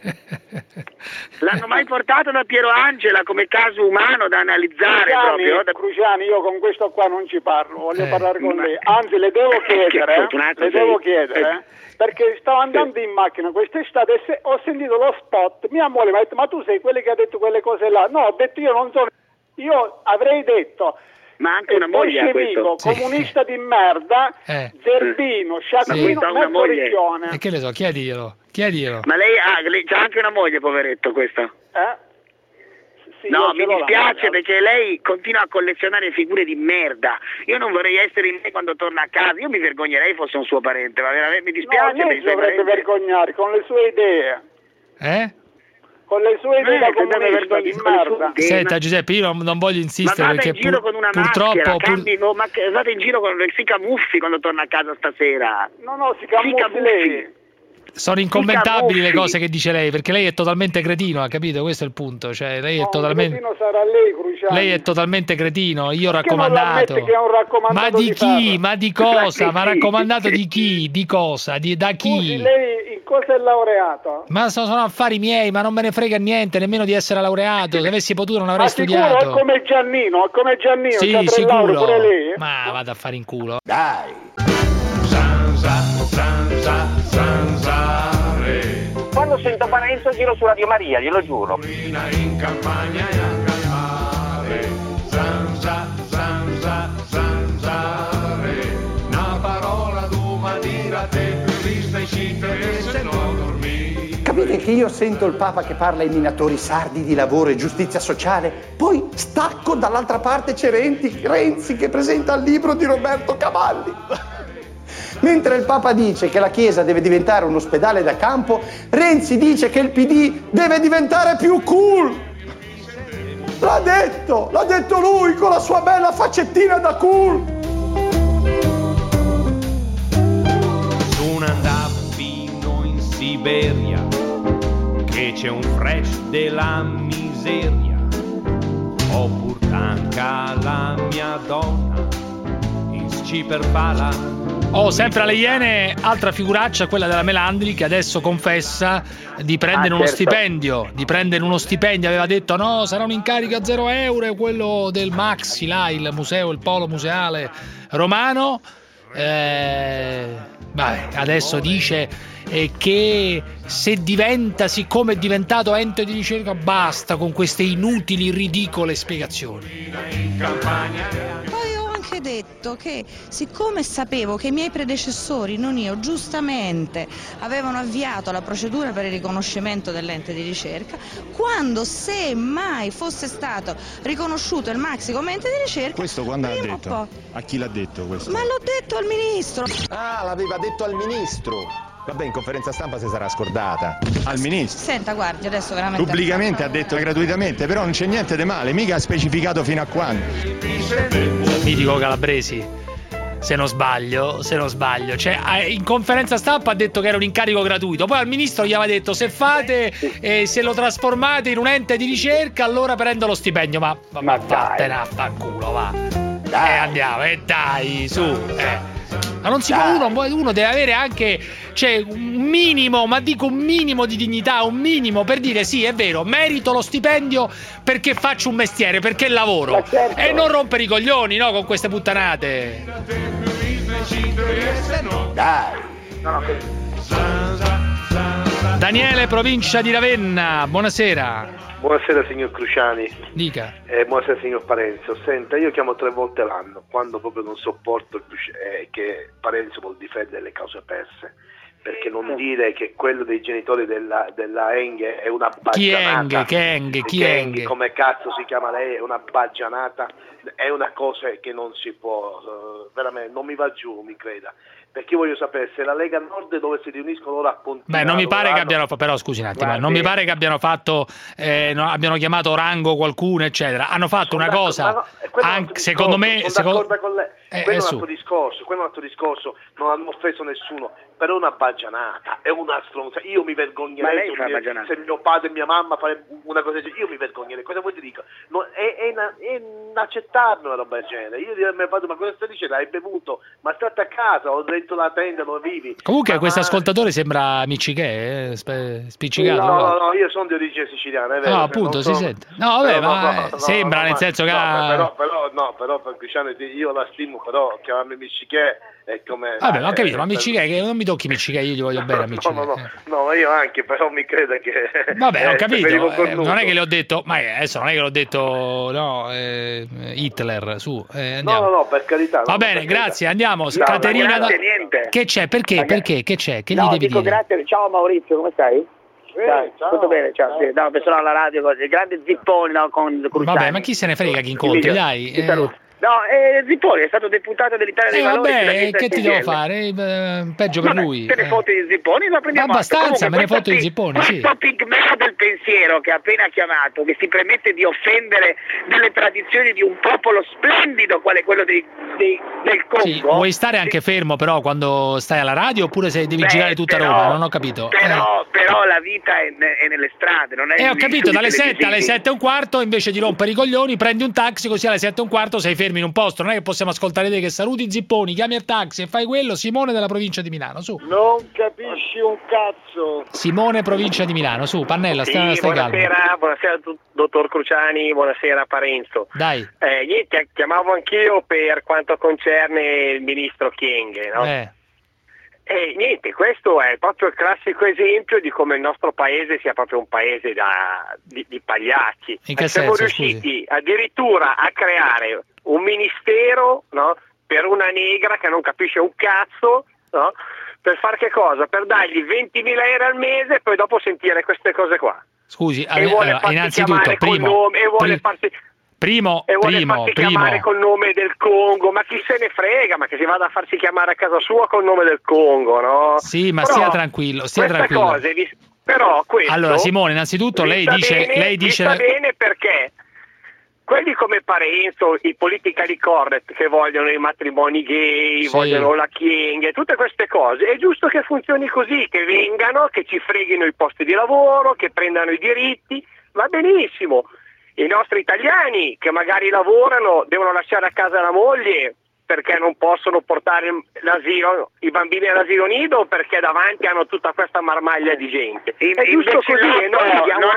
S6: L'hanno mai portato da Piero Angela come caso umano da analizzare proprio?
S20: Cruciani, io con questo qua non ci parlo, voglio parlare con lei, anzi le devo chiedere, perché stavo andando in macchina quest'estate e ho sentito lo spot, mia moglie mi ha detto: ma tu sei quelli che ha detto quelle cose là? No, ho detto io non sono, io avrei detto
S6: ma anche una moglie
S20: bolscevico, comunista di merda, zerbino, sciacquino, mezzo ricchione.
S5: E che ne so, chiediglielo.
S6: Ma lei c'ha anche una moglie, poveretto, questo? No, mi dispiace perché lei continua a collezionare figure di merda. Io non vorrei essere in me quando torna a casa. Io mi vergognerei fosse un suo parente, ma veramente mi dispiace.
S20: No, lei dovrebbe vergognare con le sue idee. Con le sue idee da comunista di merda.
S5: Senta Giuseppe, io non voglio insistere perché
S6: in giro con una
S5: purtroppo
S6: maschera, vada in giro con si camuffi quando torna a casa stasera.
S20: No, si camuffi lei.
S5: Sono incommentabili le cose che dice lei, perché lei è totalmente cretino, ha capito? Questo è il punto, cioè lei è totalmente
S20: sarà lei, Cruciani.
S5: Lei è totalmente cretino, io ho raccomandato.
S20: Che è un raccomandato
S5: ma di chi? Ma di cosa? Ma raccomandato di chi? Di cosa? Da chi?
S20: Scusi, lei in cosa è laureato?
S5: Ma sono affari miei, ma non me ne frega niente nemmeno di essere laureato, se avessi potuto non avrei studiato.
S20: Sicuro, è come Giannino,
S5: sì,
S20: c'ha 3
S5: sicuro.
S20: lauree pure lei.
S5: Ma vada a fare in culo.
S3: Dai.
S11: Zanzare.
S19: Quando sento Parenzo giro su Radio Maria, glielo giuro.
S11: In campagna e anche al mare. Zanzare. Una parola d'uma dirate più vista e scitere se no dormì.
S21: Capite che io sento il Papa che parla ai minatori sardi di lavoro e giustizia sociale, poi stacco dall'altra parte c'è Renzi che presenta il libro di Roberto Cavalli. Mentre il Papa dice che la Chiesa deve diventare un ospedale da campo, Renzi dice che il PD deve diventare più cool. L'ha detto lui con la sua bella faccettina da cool.
S22: Sono andato fino in Siberia, che c'è un fresh della miseria. Ho portato la mia donna in sciperbala.
S5: Sempre alle Iene, altra figuraccia, quella della Melandri, che adesso confessa di prendere uno stipendio. Aveva detto no, sarà un incarico a 0 euro, quello del Maxi, là, il museo, il polo museale romano. Adesso dice che se diventa, siccome è diventato ente di ricerca, basta con queste inutili, ridicole spiegazioni.
S23: Poi ho anche detto che siccome sapevo che i miei predecessori, non io, giustamente avevano avviato la procedura per il riconoscimento dell'ente di ricerca, quando se mai fosse stato riconosciuto il Maxi come ente di ricerca,
S24: questo quando l'ha detto? A chi l'ha detto questo?
S23: Ma l'ho detto al ministro.
S24: Ah, l'aveva detto al ministro. Vabbè, in conferenza stampa si sarà scordata. Al ministro.
S23: Senta, guardi, adesso veramente...
S24: Pubblicamente ha detto gratuitamente, però non c'è niente di male, mica ha specificato fino a quando.
S5: Mitico Calabresi, se non sbaglio, cioè in conferenza stampa ha detto che era un incarico gratuito, poi al ministro gli aveva detto se fate, se lo trasformate in un ente di ricerca allora prendo lo stipendio, ma vattene a fanculo, va. Andiamo, dai, su, Ma non si può, uno deve avere anche, cioè, un minimo, ma dico un minimo di dignità, un minimo per dire sì, è vero, merito lo stipendio perché faccio un mestiere, perché lavoro, certo. E non rompere i coglioni, no, con queste puttanate.
S3: Dai.
S5: Daniele, provincia di Ravenna, buonasera.
S12: Buonasera signor Cruciani.
S5: Dica.
S12: Buonasera signor Parenzo. Senta, io chiamo 3 volte l'anno quando proprio non sopporto che Parenzo vuol difendere le cause perse. Perché non dire che quello dei genitori della Enghe è una baggianata.
S5: Chi Enghe?
S12: Come cazzo si chiama lei? È una baggianata. È una cosa che non si può, veramente, non mi va giù, mi creda. Perché io voglio sapere se la Lega Nord dove si riuniscono loro a Pontina.
S5: Non mi pare che abbiano però scusi un attimo, non mi pare che abbiano fatto abbiano chiamato rango qualcuno, eccetera. Hanno fatto una cosa, anche secondo me,
S12: sono d'accordo con lei. Quello è un altro discorso, non hanno offeso nessuno, però è una baggianata, è una stronza. Io mi vergognerei se mio padre e mia mamma fare una cosa del genere, io mi vergognerei. Cosa vuoi dire? È inaccettabile una roba del genere. Io direi a mio padre, ma cosa stai dicendo? Hai bevuto? Ma state a casa, ho dentro la tenda dove vivi.
S5: Comunque questo ascoltatore sembra Miccichè, spiccicato.
S12: No, io sono di origine siciliana, è vero.
S5: No, appunto, si sente. No, vabbè, sembra nel senso che
S12: però per Cristiano io la stimo, però chiamarmi Miccichè è come...
S5: Vabbè, ho capito, ma Miccichè, che non mi tocchi Miccichè, io gli voglio bene a Miccichè.
S12: No, io anche, però mi creda che...
S5: Vabbè, ho capito, non è che le ho detto, ma adesso non è che l'ho detto, no, Hitler, su, andiamo.
S12: No, per carità.
S5: Va bene, grazie, andiamo, Caterina...
S6: Niente.
S5: Che c'è? Perché? Che c'è? Che gli devi
S6: dire?
S5: Grazie.
S6: Ciao Maurizio, come stai? Ciao. Tutto bene, ciao. Sì, no, sono alla radio così. Il grande Zipponi, no, con Cruciani.
S5: Vabbè, ma chi se ne frega chi incontri, dai.
S6: No, Zipponi è stato deputato dell'Italia dei Valori.
S5: Vabbè, che ti devo fare? Peggio per lui.
S6: Te ne fotti di Zipponi? Ma prendiamo
S5: abbastanza, me ne foto di Zipponi, sì.
S6: Questo pigmeo del pensiero che ha appena chiamato, che si permette di offendere delle tradizioni di un popolo splendido quale quello del Congo.
S5: Sì, vuoi stare anche fermo però quando stai alla radio oppure se devi girare tutta Roma? Non ho capito.
S6: Però la vita è nelle strade, non è.
S5: Ho capito, dalle 7 alle 7:15 invece di rompere i coglioni prendi un taxi, così alle 7:15 sei fermo in un posto. Non è che possiamo ascoltare te che saluti Zipponi, chiami il taxi e fai quello. Simone della provincia di Milano, su.
S2: Non capisci un cazzo.
S5: Simone, provincia di Milano, su, Pannella, stai
S4: calmo. Buonasera dottor Cruciani, buonasera Parenzo.
S5: Dai.
S4: Niente, chiamavo anch'io per quanto concerne il ministro Kyenge, no? Niente, questo è proprio il classico esempio di come il nostro paese sia proprio un paese di pagliacci. Siamo riusciti addirittura a creare un ministero, no, per una negra che non capisce un cazzo, no, per fare che cosa? Per dargli 20.000 euro al mese e poi dopo sentire queste cose qua.
S5: Scusi, innanzitutto, Primo,
S4: chiamare col nome del Congo, ma chi se ne frega, ma che si vada a farsi chiamare a casa sua col nome del Congo, no?
S5: Sì, ma stia tranquillo,
S4: però questo.
S5: Allora, Simone, innanzitutto lei dice
S4: sta bene perché quelli come Parenzo, i politically correct che vogliono i matrimoni gay, vogliono la Kyenge, tutte queste cose, è giusto che funzioni così, che vengano, che ci freghino i posti di lavoro, che prendano i diritti, va benissimo. I nostri italiani che magari lavorano devono lasciare a casa la moglie perché non possono portare i bambini all'asilo nido perché davanti hanno tutta questa marmaglia di gente. È giusto così e noi diamo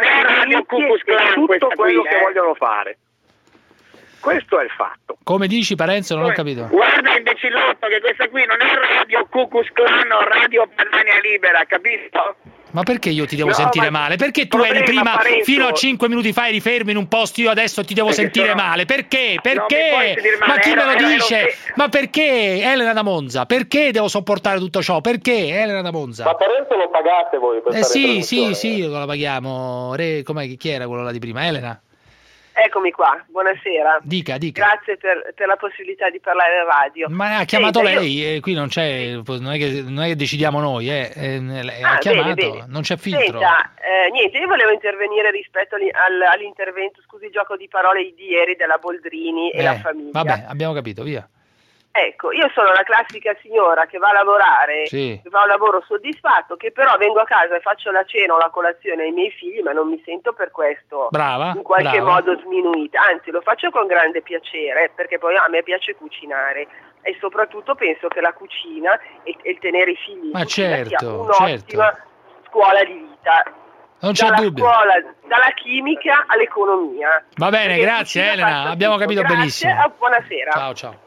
S4: tutto quello che vogliono fare. Questo è il fatto.
S5: Come dici, Parenzo? Non ho capito.
S6: Guarda, imbecillotto, che questa qui non è Radio Ku Klux Klan o Radio Padania Libera, capito?
S5: Ma perché io ti devo sentire male? Perché tu eri prima, Parenzo, fino a 5 minuti fa eri fermo in un posto, io adesso ti devo sentire male? Perché? Ma chi me lo dice? Ma perché? Elena da Monza, perché devo sopportare tutto ciò? Perché? Elena da Monza.
S2: Ma Parenzo lo pagate voi per
S5: sì, lo paghiamo. Chi era quello là di prima? Elena?
S7: Eccomi qua, buonasera.
S5: Dica.
S7: Grazie per la possibilità di parlare in radio.
S5: Ma ha chiamato lei, qui non è che decidiamo noi, ha chiamato, bene. Non c'è filtro.
S7: Senta, niente, io volevo intervenire rispetto all'intervento, scusi, gioco di parole di ieri della Boldrini e la famiglia.
S5: Vabbè, abbiamo capito, via.
S7: Ecco, io sono la classica signora che va a lavorare, che fa un lavoro soddisfatto, che però vengo a casa e faccio la cena o la colazione ai miei figli, ma non mi sento per questo in qualche modo sminuita, anzi lo faccio con grande piacere, perché poi a me piace cucinare e soprattutto penso che la cucina e il tenere i figli in cucina sia un'ottima scuola di vita.
S5: Non c'è dubbio.
S7: Dalla chimica all'economia.
S5: Va bene, perché grazie Elena, abbiamo capito benissimo.
S7: Buonasera.
S5: Ciao.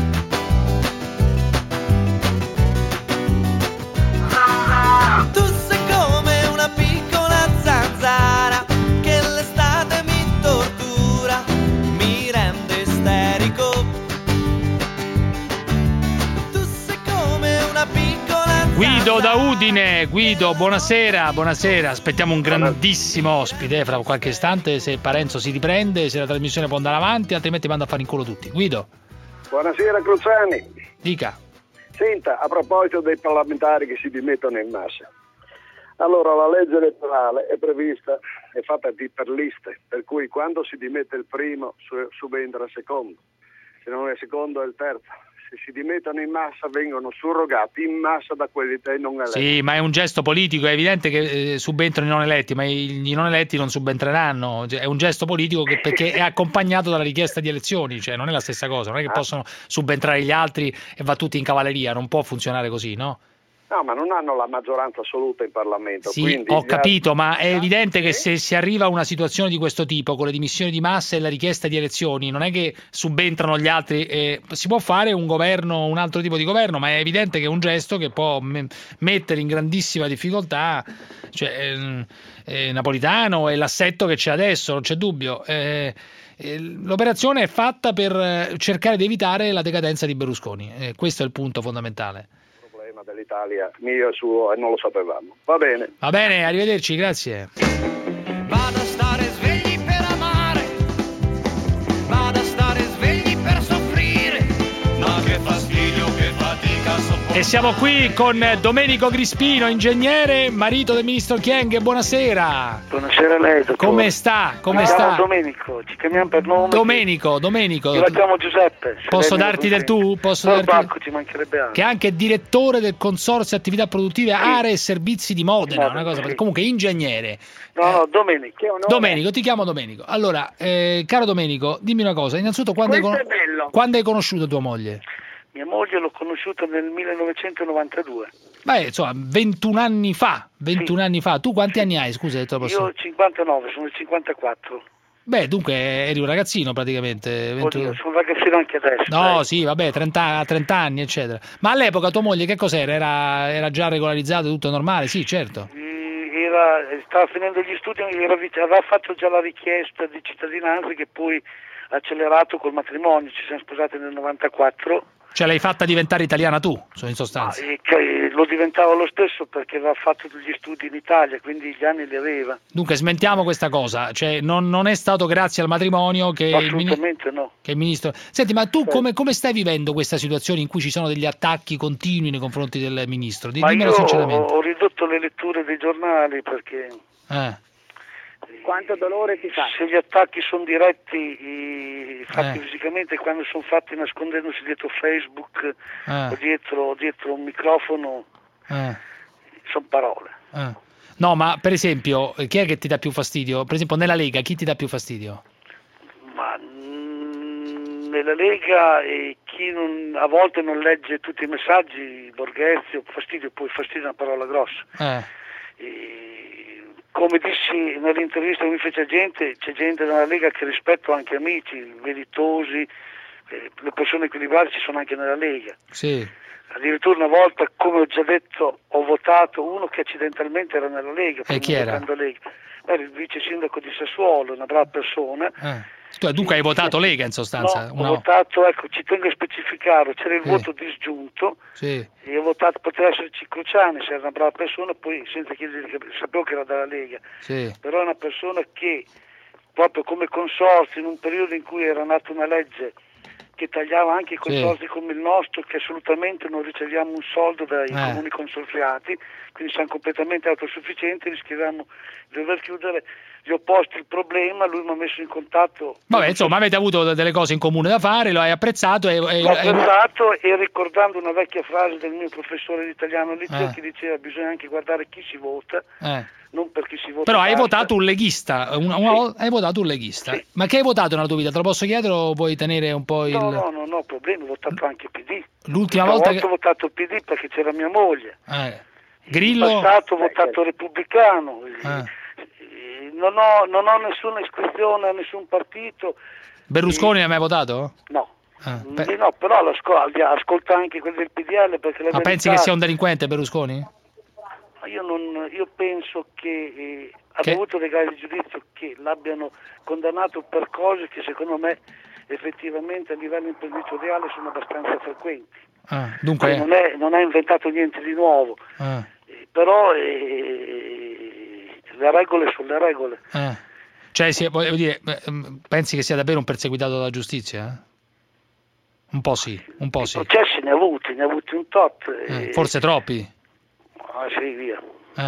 S3: Tu sei come una piccola zanzara che l'estate mi tortura, mi rende isterico. Tu sei come una piccola zanzara.
S5: Guido da Udine, Guido, buonasera, aspettiamo un grandissimo ospite fra qualche istante, se Parenzo si riprende, se la trasmissione può andare avanti, altrimenti manda a fare in culo tutti. Guido.
S2: Buonasera Cruciani.
S5: Dica.
S2: Senta, a proposito dei parlamentari che si dimettono in massa. Allora, la legge elettorale è prevista, è fatta per liste, per cui quando si dimette il primo subentra il secondo, se non è il secondo è il terzo. Se si dimettono in massa vengono surrogati in massa da quelli dei non eletti.
S5: Sì, ma è un gesto politico, è evidente che subentrano i non eletti, ma i non eletti non subentreranno, è un gesto politico perché è accompagnato dalla richiesta di elezioni, cioè non è la stessa cosa, non è che possono subentrare gli altri e va tutti in cavalleria, non può funzionare così, no?
S2: No, ma non hanno la maggioranza assoluta in Parlamento.
S5: Sì,
S2: quindi
S5: ho capito, ma è evidente che se si arriva a una situazione di questo tipo, con le dimissioni di massa e la richiesta di elezioni, non è che subentrano gli altri, si può fare un governo, un altro tipo di governo, ma è evidente che è un gesto che può mettere in grandissima difficoltà Napolitano e l'assetto che c'è adesso, non c'è dubbio. L'operazione è fatta per cercare di evitare la decadenza di Berlusconi, questo è il punto fondamentale.
S2: dell'Italia mio e suo, e non lo sapevamo. Va bene.
S5: Va bene, arrivederci, grazie.
S3: Vado a stare svegli per amare, vado a stare svegli per soffrire, ma che fastidio, che fatica sopportare.
S5: E siamo qui con Domenico Grispino, ingegnere, marito del ministro Kyenge. Buonasera.
S1: Buonasera a lei, dottore.
S5: Come sta? Come
S1: sta?
S5: sta?
S1: Domenico, ci chiamiamo per nome.
S5: Domenico.
S1: Io la chiamo Giuseppe.
S5: Posso darti del tu? Posso darti...
S1: Bacco, ci mancherebbe altro.
S5: Che è anche direttore del Consorzio Attività Produttive, Aree e Servizi di Modena. Una cosa,
S1: sì.
S5: Comunque ingegnere.
S1: No, Domenico.
S5: Domenico, ti chiamo Domenico. Allora, caro Domenico, dimmi una cosa. Innanzitutto, quando hai conosciuto tua moglie?
S1: Mia moglie l'ho conosciuta nel 1992.
S5: Beh, insomma, 21 anni fa. 21 anni fa. Tu quanti anni hai? Scusa,
S1: Io ho 59, sono il 54.
S5: Beh, dunque eri un ragazzino praticamente.
S1: Oddio, sono un ragazzino anche adesso.
S5: No, sì, vabbè, 30 anni, eccetera. Ma all'epoca tua moglie che cos'era? Era già regolarizzato, tutto normale? Sì, certo.
S1: Stava finendo gli studi, aveva fatto già la richiesta di cittadinanza che poi ha accelerato col matrimonio. Ci siamo sposati nel 94.
S5: Cioè l'hai fatta diventare italiana tu, in sostanza?
S1: Lo diventava lo stesso perché aveva fatto degli studi in Italia, quindi gli anni li aveva.
S5: Dunque smentiamo questa cosa, cioè non è stato grazie al matrimonio che
S1: assolutamente no.
S5: Che il ministro... Senti, ma tu come stai vivendo questa situazione in cui ci sono degli attacchi continui nei confronti del ministro? Dimmelo sinceramente.
S1: Ho ridotto le letture dei giornali perché...
S6: Quanto dolore ti fa?
S1: Se gli attacchi sono diretti, fatti fisicamente, quando sono fatti nascondendosi dietro Facebook o dietro un microfono, sono parole.
S5: No, ma per esempio, chi è che ti dà più fastidio? Per esempio nella Lega, chi ti dà più fastidio?
S1: Ma nella Lega chi a volte non legge tutti i messaggi, Borghezio, fastidio è una parola grossa. Come dissi nell'intervista che mi fece c'è gente nella Lega che rispetto anche amici, meritosi, le persone equilibrate ci sono anche nella Lega.
S5: Sì.
S1: Addirittura una volta, come ho già detto, ho votato uno che accidentalmente era nella Lega.
S5: E chi era?
S1: Era il vice sindaco di Sassuolo, una brava persona.
S5: Tu dunque hai votato Lega in sostanza?
S1: No, ho votato, ci tengo a specificare, c'era il voto disgiunto, e ho votato, poteva esserci Cruciani se era una brava persona, poi senza chiedere, sapevo che era dalla Lega, però è una persona che proprio come consorzio in un periodo in cui era nata una legge che tagliava anche i consorzi come il nostro, che assolutamente non riceviamo un soldo dai comuni consorziati, quindi siamo completamente autosufficienti, rischiamo di dover chiudere. Gli ho posto il problema, lui mi ha messo in contatto.
S5: Vabbè, insomma, avete avuto delle cose in comune da fare, lo hai apprezzato.
S1: L'ho apprezzato e ricordando una vecchia frase del mio professore di italiano al liceo che diceva bisogna anche guardare chi si vota, non per chi si vota.
S5: Però hai votato un leghista, hai votato un leghista.
S1: Sì.
S5: Ma che hai votato nella tua vita? Te lo posso chiedere o vuoi tenere un po' il...
S1: No, non ho problemi, ho votato anche PD.
S5: L'ultima volta
S1: ho votato PD perché c'era mia moglie.
S5: Grillo?
S1: In passato ho votato repubblicano. Non ho nessuna iscrizione a nessun partito.
S5: Berlusconi hai mai votato?
S1: No. No, però ascolta anche quelli del PDL perché
S5: ma pensi che sia un delinquente Berlusconi?
S1: Io penso che abbia avuto dei gradi di giudizio che l'abbiano condannato per cose che secondo me effettivamente a livello imprenditoriale sono abbastanza frequenti.
S5: Dunque
S1: non ha inventato niente di nuovo, però le regole sono le regole.
S5: Cioè, voglio dire, pensi che sia davvero un perseguitato dalla giustizia? Un po' sì.
S1: I processi ne ha avuti un tot.
S5: Forse troppi?
S1: Sì, via.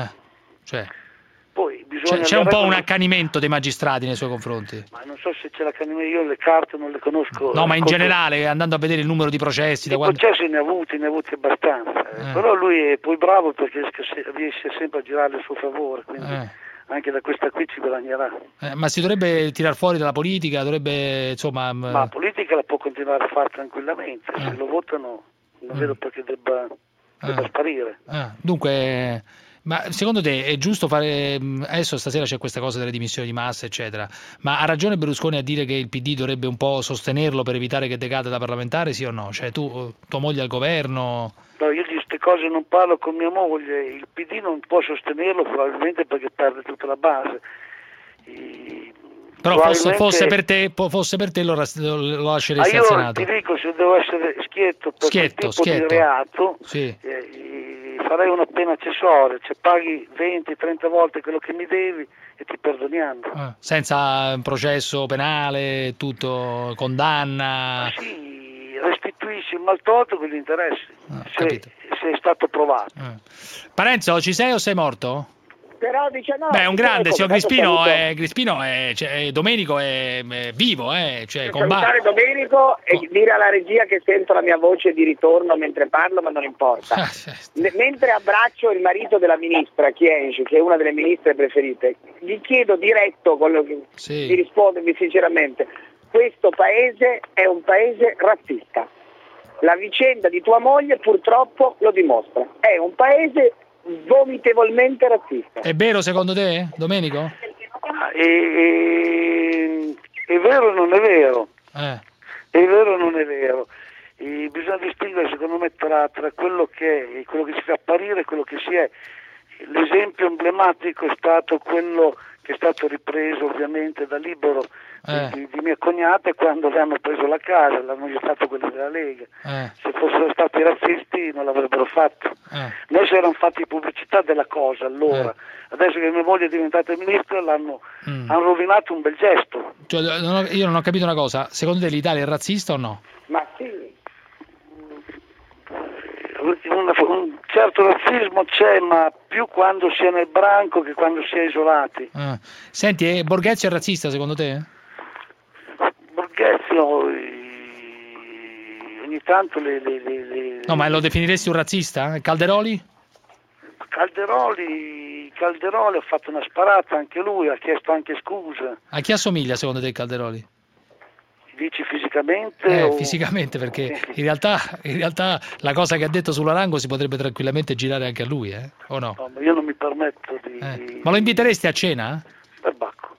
S5: Poi c'è un po' un accanimento dei magistrati nei suoi confronti.
S1: Ma non so se c'è l'accanimento, io le carte non le conosco.
S5: No, ma in generale, andando a vedere il numero di processi...
S1: processi ne ha avuti abbastanza. Però lui è poi bravo perché riesce sempre a girare a suo favore, quindi... Anche da questa qui ci guadagnerà.
S5: Ma si dovrebbe tirar fuori dalla politica, dovrebbe insomma...
S1: Ma la politica la può continuare a fare tranquillamente, se lo votano non vedo perché debba sparire.
S5: Dunque, ma secondo te è giusto fare... Adesso stasera c'è questa cosa delle dimissioni di massa, eccetera, ma ha ragione Berlusconi a dire che il PD dovrebbe un po' sostenerlo per evitare che decada da parlamentare, sì o no? Cioè tua moglie al governo...
S1: No, io di queste cose non parlo con mia moglie, il PD non può sostenerlo probabilmente perché perde tutta la base.
S5: Però fosse per te lo lasceresti al Senato.
S1: Io ti dico, se devo essere schietto per quel tipo di reato, farei una pena accessoria, cioè paghi 20-30 volte quello che mi devi e ti perdoniamo.
S5: Senza un processo penale, tutto, condanna?
S1: Ma sì, restituisci il maltolto con gli interessi, se è stato provato.
S5: Parenzo, ci sei o sei morto?
S6: Però dice no.
S5: Beh, è un grande, signor Grispino, Domenico è vivo, cioè
S6: salutare Domenico e dire alla regia che sento la mia voce di ritorno mentre parlo, ma non importa. Mentre abbraccio il marito della ministra, Kyenge, che è una delle ministre preferite, gli chiedo diretto, di rispondermi sinceramente, questo paese è un paese razzista. La vicenda di tua moglie purtroppo lo dimostra. È un paese vomitevolmente razzista.
S5: È vero secondo te, Domenico?
S1: È vero o non è vero? È vero o non è vero? Bisogna distinguere secondo me tra quello che è, quello che si fa apparire e quello che si è. L'esempio emblematico è stato quello che è stato ripreso ovviamente da Libero di mia cognata quando le hanno preso la casa, l'hanno aiutato quelli della Lega. Se fossero stati razzisti non l'avrebbero fatto. Noi si erano fatti pubblicità della cosa allora, adesso che mia moglie è diventata ministra hanno rovinato un bel gesto.
S5: Cioè, io non ho capito una cosa, secondo te l'Italia è razzista o no?
S6: Ma sì.
S1: Un certo razzismo c'è, ma più quando si è nel branco che quando si è isolati.
S5: Senti, Borghezio è razzista secondo te?
S1: Borghezio ogni tanto
S5: No, ma lo definiresti un razzista? Calderoli?
S1: Calderoli ha fatto una sparata anche lui, ha chiesto anche scusa.
S5: A chi assomiglia secondo te Calderoli?
S1: Dici fisicamente?
S5: Fisicamente, perché in realtà la cosa che ha detto sull'Arango si potrebbe tranquillamente girare anche a lui, o no?
S1: No, ma io non mi permetto di...
S5: Ma lo inviteresti a cena?
S1: Perbacco.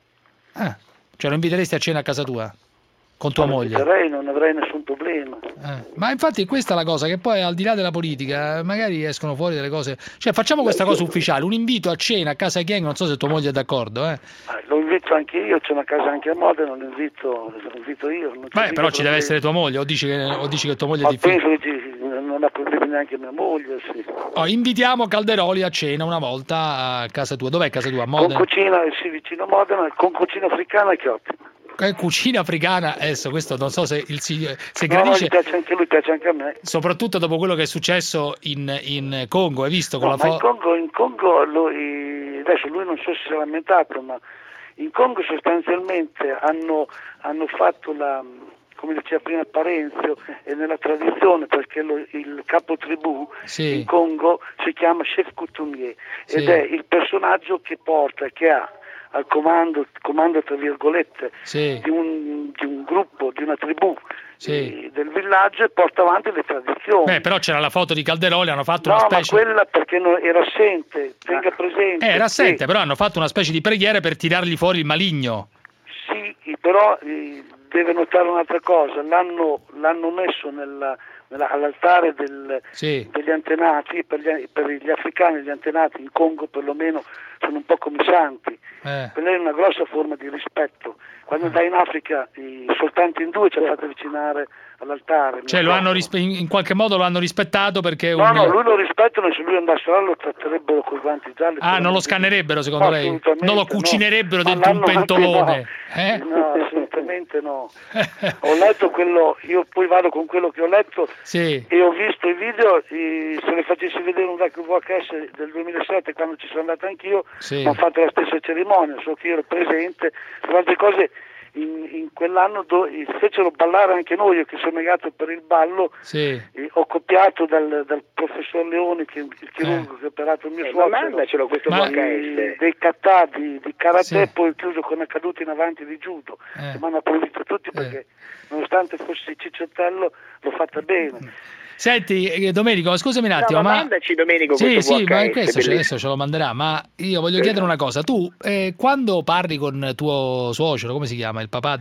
S5: Cioè lo inviteresti a cena a casa tua? Con tua moglie?
S1: Non avrei nessun problema.
S5: Ma infatti questa è la cosa, che poi al di là della politica magari escono fuori delle cose. Cioè facciamo questa cosa ufficiale, un invito a cena a casa Kyenge, non so se tua moglie è d'accordo.
S1: Lo invito anche io, c'è una casa anche a Modena, lo invito io.
S5: Però ci deve essere tua moglie, o dici che tua moglie è difficile?
S1: Penso che non ha problemi neanche mia moglie, sì.
S5: Invitiamo Calderoli a cena una volta a casa tua. Dov'è casa tua? A Modena?
S1: Con cucina, sì, vicino a Modena, con cucina africana che ottimo.
S5: Cucina africana, adesso questo non so se se
S1: gradisce. No, piace anche lui, piace anche a me.
S5: Soprattutto dopo quello che è successo in Congo, hai visto? Con
S1: in Congo adesso lui non so se si è lamentato, ma in Congo sostanzialmente hanno fatto come diceva prima Parenzo, è nella tradizione perché il capo tribù in Congo si chiama Chef Coutumier ed è il personaggio che ha al comando tra virgolette di un gruppo, di una tribù del villaggio e porta avanti le tradizioni.
S5: Però c'era la foto di Calderoli, hanno fatto una specie...
S1: No, ma quella perché era assente, tenga presente.
S5: Era assente, però hanno fatto una specie di preghiera per tirargli fuori il maligno.
S1: Sì, però deve notare un'altra cosa, l'hanno messo all'altare degli antenati, per gli africani gli antenati in Congo perlomeno sono un po' come santi, per lei è una grossa forma di rispetto. Quando andai in Africa soltanto in due ci ha fatto avvicinare all'altare.
S5: Cioè in qualche modo lo hanno rispettato perché...
S1: No, lui lo rispettano e se lui andasse là lo tratterebero con i guanti gialli.
S5: Non lo scannerebbero secondo lei? Non lo cucinerebbero dentro un pentolone?
S1: No, assolutamente no. Ho letto io poi vado con quello che ho letto e ho visto i video, se le facessi vedere un vecchio VHS del 2007 quando ci sono andato anch'io, ho fatto la stessa cerimonia, so che io ero presente, tra altre cose in quell'anno fecero ballare anche noi, io che sono negato per il ballo, ho copiato dal professor Leoni, che il chirurgo che ha operato il mio suocero, dei kata di karate, poi chiuso con una caduta in avanti di judo, che mi hanno applaudito tutti perché nonostante fossi cicciottello l'ho fatta bene.
S5: Senti Domenico, scusami un attimo,
S6: ma mandaci Domenico
S5: ma questo adesso ce lo manderà, ma io voglio chiedere una cosa, tu quando parli con tuo suocero, come si chiama, il papà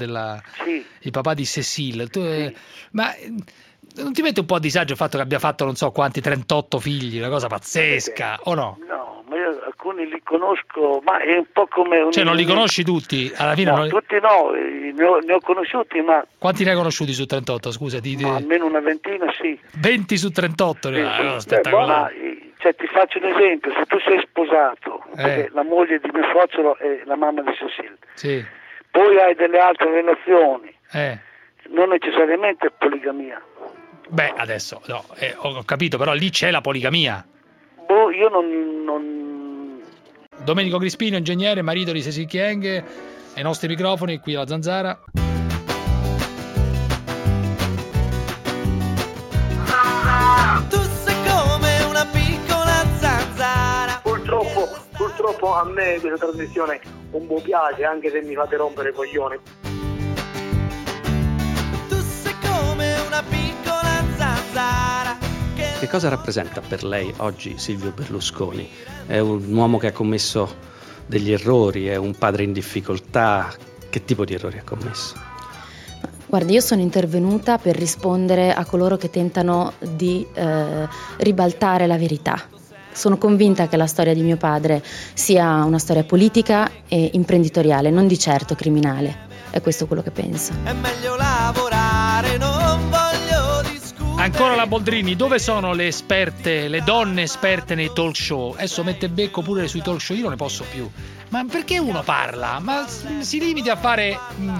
S5: il papà di Cécile, ma non ti mette un po' a disagio il fatto che abbia fatto non so quanti 38 figli, una cosa pazzesca, o no?
S1: No, ma io alcuni li conosco, ma è un po' come...
S5: Cioè non li conosci tutti? Alla fine
S1: no, tutti no, ne ho conosciuti, ma...
S5: Quanti ne hai conosciuti su 38, scusa?
S1: Almeno una ventina, sì.
S5: 20 su 38?
S1: Spettacolare. Cioè, ti faccio un esempio, se tu sei sposato, perché la moglie di mio suocero è la mamma di Cecil,
S5: sì.
S1: Poi hai delle altre relazioni, non necessariamente poligamia.
S5: Beh, adesso, no, ho capito, però lì c'è la poligamia.
S1: Io non...
S5: Domenico Crispino, ingegnere, marito di Cecil Kyenge, ai nostri microfoni, qui alla Zanzara.
S12: Purtroppo a me questa trasmissione un po' piace, anche se mi fate rompere i coglioni.
S3: Tu sei come una piccola zanzara.
S8: Che cosa rappresenta per lei oggi Silvio Berlusconi? È un uomo che ha commesso degli errori, è un padre in difficoltà. Che tipo di errori ha commesso?
S9: Guardi, io sono intervenuta per rispondere a coloro che tentano di ribaltare la verità. Sono convinta che la storia di mio padre sia una storia politica e imprenditoriale, non di certo criminale. È questo quello che penso.
S3: È meglio lavorare, non voglio discutere.
S5: Ancora la Boldrini, dove sono le esperte, le donne esperte nei talk show? Adesso mette becco pure sui talk show, io non ne posso più. Ma perché uno parla? Ma si limiti a fare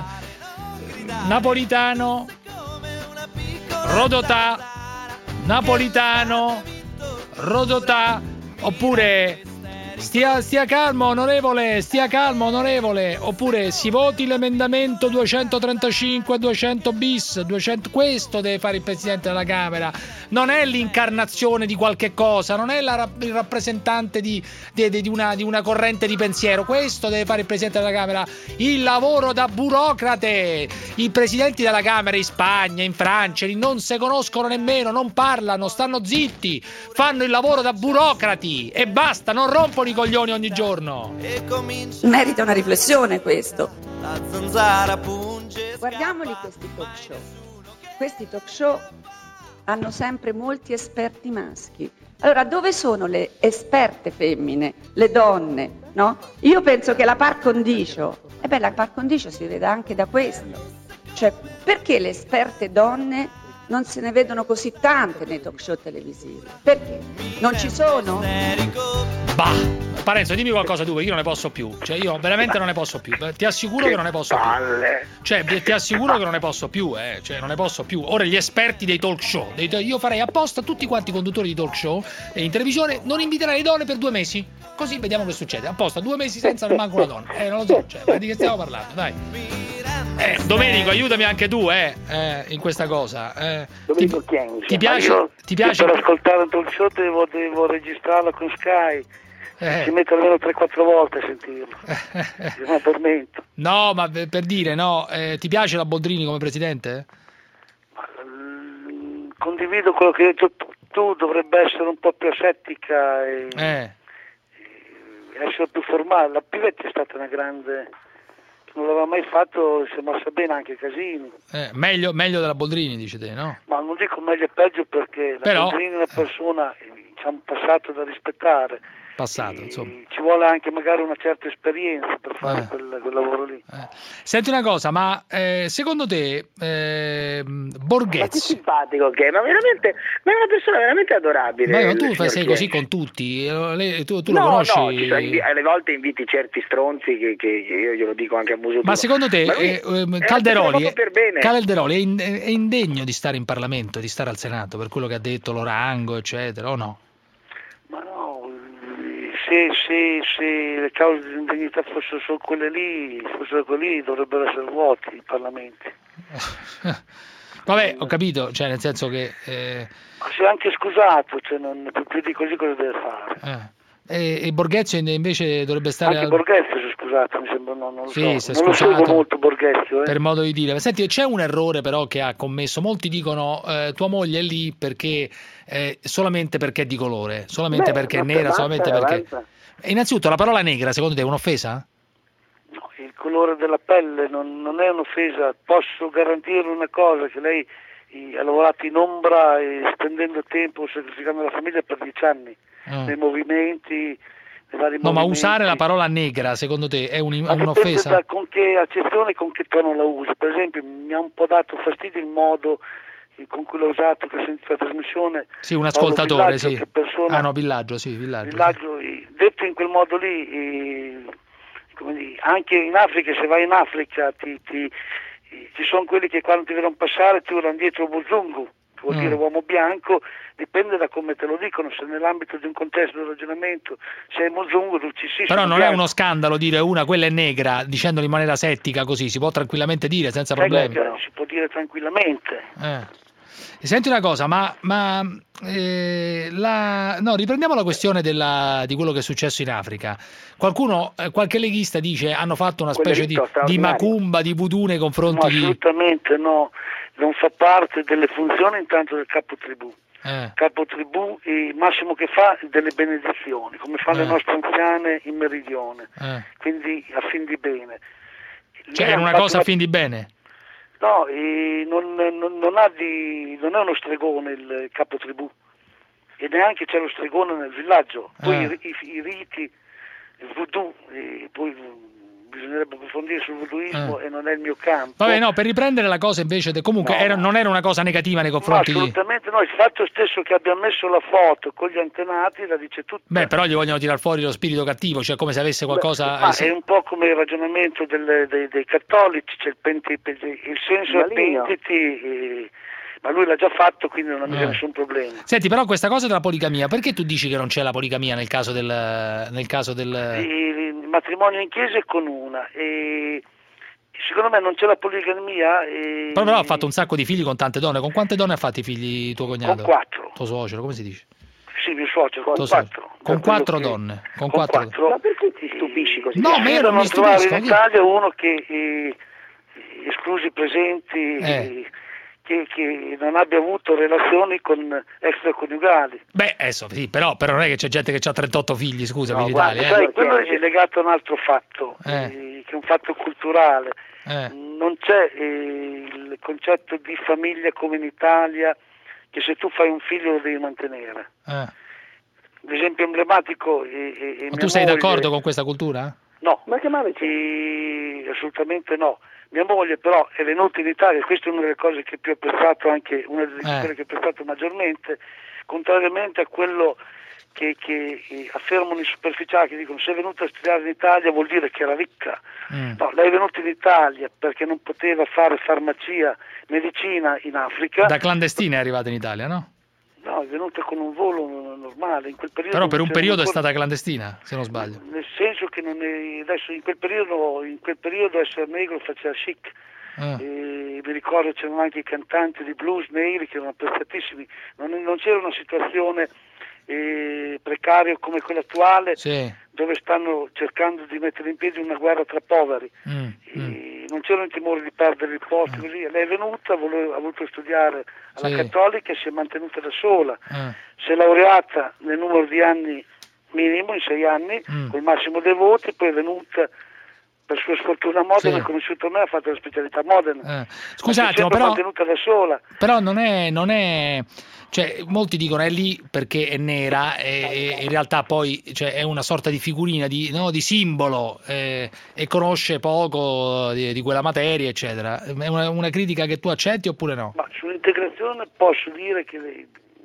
S5: napolitano, Rodotà, napolitano, Rodotà, oppure stia calmo onorevole, oppure si voti l'emendamento 235, 200 bis, 200, questo deve fare il Presidente della Camera, non è l'incarnazione di qualche cosa, non è il rappresentante di una corrente di pensiero, questo deve fare il Presidente della Camera, il lavoro da burocrate. I presidenti della Camera in Spagna, in Francia, non si conoscono nemmeno, non parlano, stanno zitti, fanno il lavoro da burocrati e basta, non rompono i coglioni ogni giorno.
S10: Merita una riflessione questo.
S14: Guardiamoli questi talk show. Questi talk show hanno sempre molti esperti maschi. Allora, dove sono le esperte femmine, le donne, no? Io penso che la par condicio, la par condicio si vede anche da questo. Cioè, perché le esperte donne non se ne vedono così tante nei talk show televisivi? Perché? Non ci sono?
S5: Bah, Parenzo, dimmi qualcosa tu, perché io non ne posso più. Cioè, io veramente non ne posso più. Ti assicuro che non ne posso più. Cioè, ti assicuro che non ne posso più, Cioè, non ne posso più. Ora, gli esperti dei talk show. Io farei apposta tutti quanti i conduttori di talk show in televisione, non inviterei le donne per 2 mesi. Così vediamo che succede. Apposta 2 mesi senza manco una donna. Non lo so, cioè, di che stiamo parlando, dai. Domenico, aiutami anche tu, in questa cosa.
S1: Domenico Chiengi.
S5: Ti piace?
S1: Per ascoltare un talk show devo registrarlo con Sky. Ci metto almeno 3-4 volte a sentirlo. Mi addormento.
S5: No, ma per dire, no, ti piace la Boldrini come presidente?
S1: Condivido quello che hai detto tu, dovrebbe essere un po' più asettica e essere più formale. La Pivetti è stata una grande, non l'aveva mai fatto, si è mossa bene anche Casini.
S5: Meglio della Boldrini, dice te, no?
S1: Ma non dico meglio e peggio, perché la Boldrini è una persona, un passato da rispettare.
S5: Insomma.
S1: Ci vuole anche magari una certa esperienza per fare quel lavoro lì.
S5: Senti una cosa, ma secondo te Borghezio, ma che
S6: simpatico che è, ma è una persona veramente adorabile.
S5: Ma tu sei così con tutti, tu lo conosci?
S6: No, alle volte inviti certi stronzi che io glielo dico anche a muso duro.
S5: Ma secondo te Calderoli è indegno di stare in Parlamento, di stare al Senato, per quello che ha detto Lorango, eccetera, o no?
S1: Ma no, se le cause di indegnità fossero solo quelle lì, dovrebbero essere vuoti i Parlamenti.
S5: Vabbè, ho capito, cioè nel senso che
S1: ma si è anche scusato, cioè non più di così cosa deve fare.
S5: E Borghezio invece dovrebbe stare
S1: anche Borghezio si è scusato, mi sembra, non lo
S5: so.
S1: Si è scusato, non lo seguo molto Borghezio,
S5: per modo di dire. Senti, c'è un errore però che ha commesso, molti dicono tua moglie è lì perché solamente perché è di colore, solamente perché è nera, solamente perché innanzitutto la parola negra secondo te è un'offesa?
S1: No, il colore della pelle non è un'offesa. Posso garantire una cosa, che lei ha lavorato in ombra e spendendo tempo sacrificando la famiglia per 10 anni nei movimenti, nei vari movimenti.
S5: Ma usare la parola negra secondo te è un'offesa?
S1: Con che accezione e con che tono la usi. Per esempio mi ha un po' dato fastidio il modo con cui l'ho usato, che ha sentito la trasmissione.
S5: Sì, un ascoltatore,
S1: Villaggio,
S5: sì.
S1: Villaggio,
S5: Villaggio.
S1: Detto in quel modo lì, come dire, anche in Africa, se vai in Africa ci sono quelli che quando ti vedono passare ti urlano dietro Buzungu, che vuol dire uomo bianco, dipende da come te lo dicono, se nell'ambito di un contesto di ragionamento sei Muzungu tu ci sei.
S5: Però non bianco. È uno scandalo dire quella è negra, dicendolo in maniera settica così, si può tranquillamente dire senza problemi.
S1: Si può dire tranquillamente.
S5: Senti una cosa, riprendiamo la questione di quello che è successo in Africa. Qualche leghista dice hanno fatto una specie di macumba, di voodoo nei confronti
S1: assolutamente no, non fa parte delle funzioni intanto del capo tribù. Capo tribù il massimo che fa è delle benedizioni, come fanno le nostre anziane in meridione, quindi a fin di bene.
S5: Cioè è una cosa a fin di bene?
S1: No, non è uno stregone il capo tribù, e neanche c'è lo stregone nel villaggio. Poi i riti, il voodoo, poi bisognerebbe approfondire sul voodooismo e non è il mio campo.
S5: Vabbè, no, per riprendere la cosa invece, comunque non era una cosa negativa nei confronti
S1: assolutamente no, il fatto stesso che abbia messo la foto con gli antenati la dice tutta.
S5: Beh, però gli vogliono tirar fuori lo spirito cattivo, cioè come se avesse qualcosa.
S1: È un po' come il ragionamento dei cattolici, c'è il senso del pentiti, ma lui l'ha già fatto, quindi non ha nessun problema.
S5: Senti, però questa cosa della poligamia, perché tu dici che non c'è la poligamia nel caso del
S1: il matrimonio in chiesa è con una, e secondo me non c'è la poligamia.
S5: Però ha fatto un sacco di figli con tante donne. Con quante donne ha fatto i figli tuo cognato?
S1: Con 4.
S5: Tuo suocero, come si dice?
S1: Sì, mio suocero, con 4.
S5: Con 4 donne. Con 4.
S6: Ma perché ti stupisci così?
S5: No, ma io non mi stupisco.
S1: Trovare in Italia uno che esclusi i presenti che non abbia avuto relazioni con extraconiugali.
S5: Beh, sì, però non è che c'è gente che ha 38 figli, scusami, in Italia.
S1: Sai, quello è legato a un altro fatto, che è un fatto culturale. Non c'è il concetto di famiglia come in Italia, che se tu fai un figlio lo devi mantenere. L'esempio emblematico è
S5: ma tu sei d'accordo con questa cultura?
S1: No, ma che male c'è? Assolutamente no. Mia moglie però è venuta in Italia, questa è una delle cose che più ho apprezzato, anche una delle cose che ho apprezzato maggiormente, contrariamente a quello che affermano i superficiali, che dicono se è venuta a studiare in Italia vuol dire che era ricca. No, lei è venuta in Italia perché non poteva fare farmacia, medicina in Africa.
S5: Da clandestina è arrivata in Italia, no?
S1: No, è venuta con un volo normale. In quel periodo
S5: però per un periodo è stata clandestina, se non sbaglio.
S1: Nel senso che non è, adesso in quel periodo essere negro faceva chic. Mi ricordo c'erano anche i cantanti di blues neri che erano apprezzatissimi. Non c'era una situazione precaria come quella attuale, dove stanno cercando di mettere in piedi una guerra tra poveri. Non c'erano il timore di perdere il posto, così. Lei è venuta, ha voluto studiare alla Cattolica e si è mantenuta da sola. Si è laureata nel numero di anni minimo, in 6 anni, con il massimo dei voti, poi è venuta per sua sfortuna a Modena, ha conosciuto me, ha fatto la specialità a Modena.
S5: Scusate,
S1: però mantenuta da sola.
S5: Però non è cioè molti dicono è lì perché è nera e in realtà poi è una sorta di figurina di simbolo e conosce poco di quella materia, eccetera. È una critica che tu accetti oppure no?
S1: Ma sull'integrazione posso dire che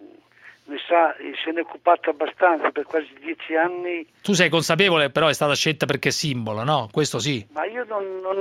S1: se ne è occupata abbastanza per quasi 10 anni.
S5: Tu sei consapevole, però è stata scelta perché è simbolo, no? Questo sì.
S1: Ma io non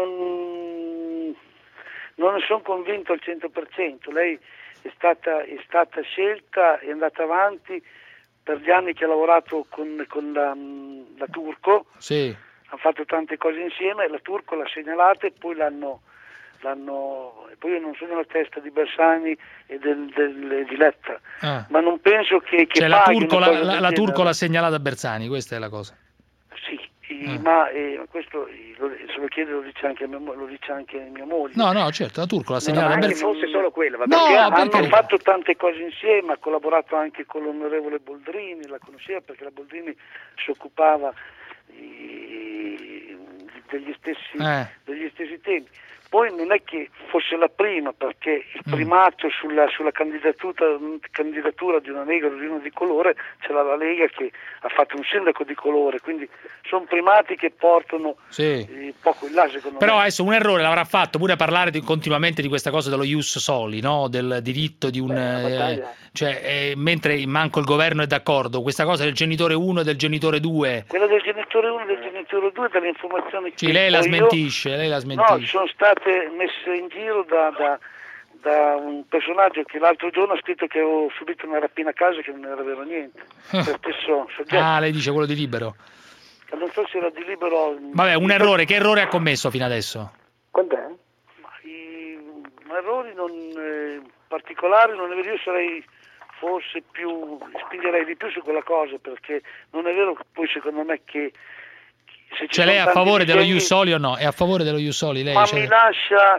S1: ne sono convinto al 100%. Lei è stata scelta, è andata avanti per gli anni che ha lavorato con la Turco.
S5: Sì.
S1: Hanno fatto tante cose insieme, la Turco l'ha segnalata e poi poi io non sono nella testa di Bersani e di Letta, ma non penso che
S5: la Turco l'ha segnalata a Bersani, questa è la cosa.
S1: Sì, ma questo se lo chiede lo dice anche mia moglie.
S5: No, certo, la Turco l'ha segnalata a Bersani.
S6: Fosse solo quello,
S1: hanno fatto tante cose insieme, ha collaborato anche con l'onorevole Boldrini, la conosceva perché la Boldrini si occupava degli stessi temi. Poi non è che fosse la prima, perché il primato sulla candidatura di una Lega o di uno di colore c'era la Lega che ha fatto un sindaco di colore, quindi sono primati che portano poco in là, secondo
S5: Però
S1: me.
S5: adesso un errore l'avrà fatto pure a parlare continuamente di questa cosa dello ius soli, no? Del diritto di un... mentre manco il governo è d'accordo, questa cosa del genitore 1 e del genitore 2.
S1: Quella del genitore 1 e del genitore 2 dalle informazioni che
S5: lei la smentisce,
S1: No, sono state messe in giro da un personaggio che l'altro giorno ha scritto che avevo subito una rapina a casa, che non era vero niente. Lo stesso soggetto.
S5: Lei dice quello di Libero.
S1: Non so se era di Libero.
S5: Vabbè, un errore. Che errore ha commesso fino adesso?
S1: Quant'è? Errori particolari non è vero. Io sarei forse spingerei di più su quella cosa, perché non è vero poi secondo me che
S5: lei è a favore dello ius soli o no? È a favore dello ius soli? Lei,
S1: ma mi lascia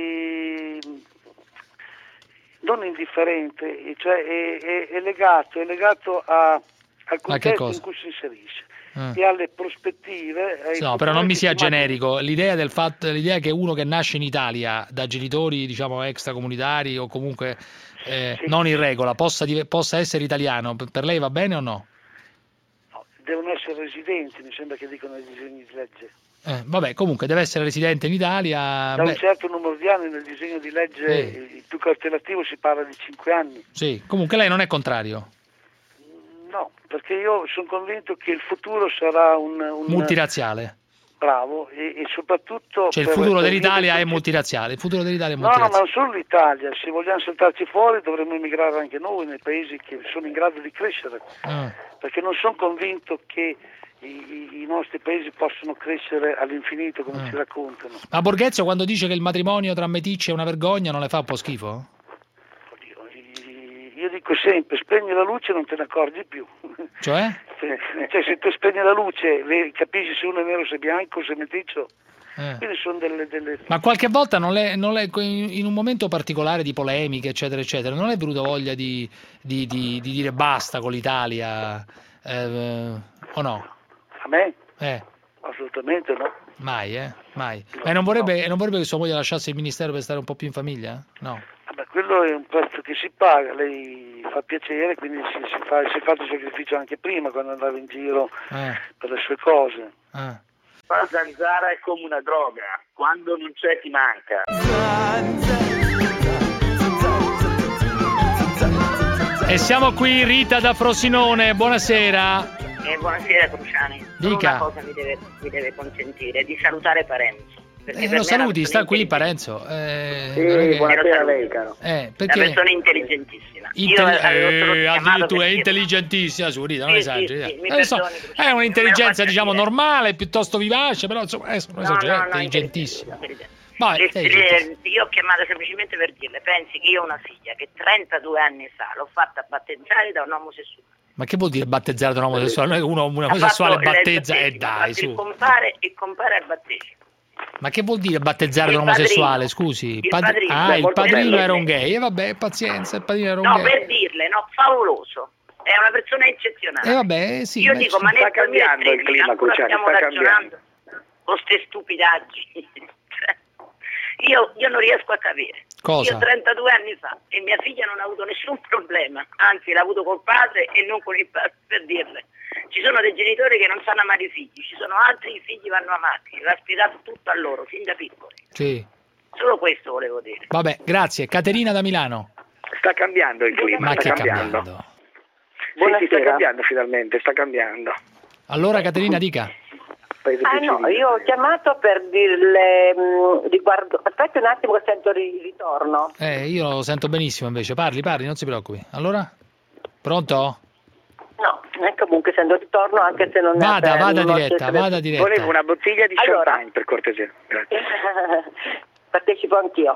S1: non indifferente, cioè è legato al contesto in cui si inserisce e alle prospettive.
S5: No, però non mi sia generico. L'idea che uno che nasce in Italia da genitori, diciamo, extracomunitari o comunque non in regola possa essere italiano, per lei va bene o no?
S1: Devono essere residenti, mi sembra che dicono nei disegni di legge.
S5: Vabbè, comunque deve essere residente in Italia.
S1: Da un certo numero di anni nel disegno di legge, il più cautelativo si parla di 5 anni.
S5: Sì, comunque lei non è contrario?
S1: No, perché io sono convinto che il futuro sarà un
S5: multirazziale.
S1: Bravo, e soprattutto...
S5: Cioè il futuro dell'Italia è multirazziale, il futuro dell'Italia è multirazziale.
S1: No, ma non solo l'Italia, se vogliamo saltarci fuori dovremmo emigrare anche noi nei paesi che sono in grado di crescere, perché non sono convinto che i nostri paesi possono crescere all'infinito come ci raccontano.
S5: Ma Borghezio quando dice che il matrimonio tra meticci è una vergogna non le fa un po' schifo?
S1: Io dico sempre, spegni la luce e non te ne accorgi più.
S5: Cioè?
S1: Se tu spegni la luce capisci se uno è nero, se è bianco, se è meticcio. Quindi sono delle...
S5: Ma qualche volta non le, in un momento particolare di polemiche eccetera eccetera, non è venuta voglia di dire basta con l'Italia o no?
S1: A me? Assolutamente no.
S5: Mai, mai. Ma non vorrebbe che sua moglie lasciasse il ministero per stare un po' più in famiglia? No.
S1: Vabbè, quello è un prezzo che si paga, lei fa piacere, quindi si è fatto il sacrificio anche prima quando andava in giro per le sue cose.
S6: La zanzara è come una droga, quando non c'è ti manca.
S5: E siamo qui, Rita da Frosinone, buonasera.
S13: Buonasera Cruciani.
S5: Dica.
S13: Una cosa mi deve consentire, di salutare Parenzo.
S5: Lo saluti, sta qui Parenzo.
S13: Buonasera a lei, caro. Perché? Una persona intelligentissima.
S5: Addirittura è intelligentissima, su Rita, non esageri. È un'intelligenza, diciamo, normale, piuttosto vivace, però insomma, è intelligentissima.
S13: Io ho chiamato semplicemente per dirle, pensi che io ho una figlia che 32 anni fa l'ho fatta battezzare da un omosessuale.
S5: Ma che vuol dire battezzare da un omosessuale? Un omosessuale battezza dai, su.
S13: Il compare al battesimo.
S5: Ma che vuol dire battezzare da un omosessuale? Scusi. Il padrino era un gay. E vabbè, pazienza, il padrino era un gay.
S13: No, per dirle, favoloso. È una persona eccezionale.
S5: Vabbè, sì.
S13: Io dico, ma
S6: sta cambiando il clima, Cruciani,
S13: stiamo ragionando con queste stupidaggini. Io non riesco a capire.
S5: Cosa?
S13: Io 32 anni fa e mia figlia non ha avuto nessun problema, anzi l'ha avuto col padre e non con il padre, per dirle. Ci sono dei genitori che non sanno amare i figli, ci sono altri i figli vanno amati, l'ha spiegato tutto a loro, fin da piccoli.
S5: Sì.
S13: Solo questo volevo dire.
S5: Vabbè, grazie. Caterina da Milano.
S6: Sta cambiando il clima,
S5: Ma sta cambiando.
S6: Sì, sta cambiando finalmente, sta cambiando.
S5: Allora Caterina dica.
S13: No, io ho chiamato per dirle riguardo. Aspetti un attimo che sento il ritorno.
S5: Io lo sento benissimo invece. Parli, non si preoccupi. Allora? Pronto?
S13: No, comunque sento il ritorno anche se non
S5: vada diretta.
S6: Volevo una bottiglia di champagne per cortesia. Grazie.
S13: Partecipo anch'io.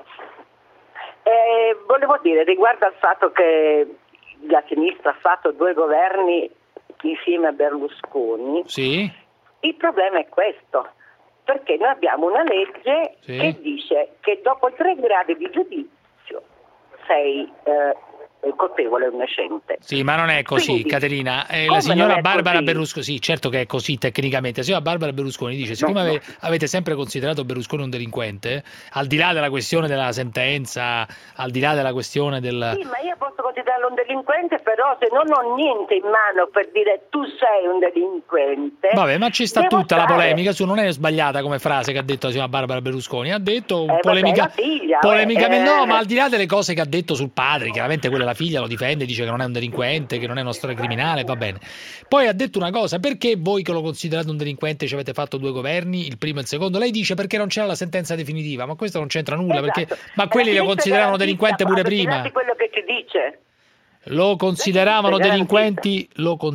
S13: Volevo dire riguardo al fatto che la sinistra ha fatto 2 governi insieme a Berlusconi.
S5: Sì.
S13: Il problema è questo, perché noi abbiamo una legge che dice che dopo 3 gradi di giudizio sei
S7: il colpevole è innocente.
S5: Sì, ma non è così, quindi, Caterina. La signora Barbara Berlusconi, sì, certo che è così tecnicamente. La signora Barbara Berlusconi dice, siccome avete sempre considerato Berlusconi un delinquente, al di là della questione della sentenza, al di là della questione del...
S7: Sì, ma io posso considerarlo un delinquente, però se non ho niente in mano per dire tu sei un delinquente...
S5: Vabbè, ma ci sta tutta la polemica su, non è sbagliata come frase che ha detto la signora Barbara Berlusconi, ha detto polemicamente, no, ma al di là delle cose che ha detto sul padre, chiaramente quella la figlia lo difende, dice che non è un delinquente, che non è uno storia criminale, va bene. Poi ha detto una cosa, perché voi che lo considerate un delinquente ci avete fatto 2 governi, il primo e il secondo? Lei dice perché non c'era la sentenza definitiva, ma questo non c'entra nulla, perché ma quelli lo consideravano delinquente pure prima.
S7: Quello che ti dice.
S5: Lo consideravano delinquenti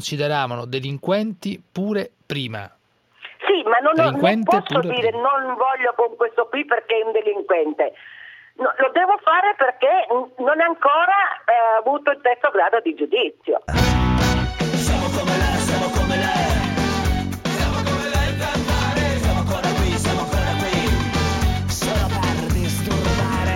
S5: pure prima.
S7: Sì, ma non posso dire prima. Non voglio con questo qui perché è un delinquente. No, lo devo fare perché non è ancora avuto il terzo grado di giudizio.
S3: Siamo come lei, siamo come lei. Siamo come lei per fare. Siamo ancora qui, solo per disturbare.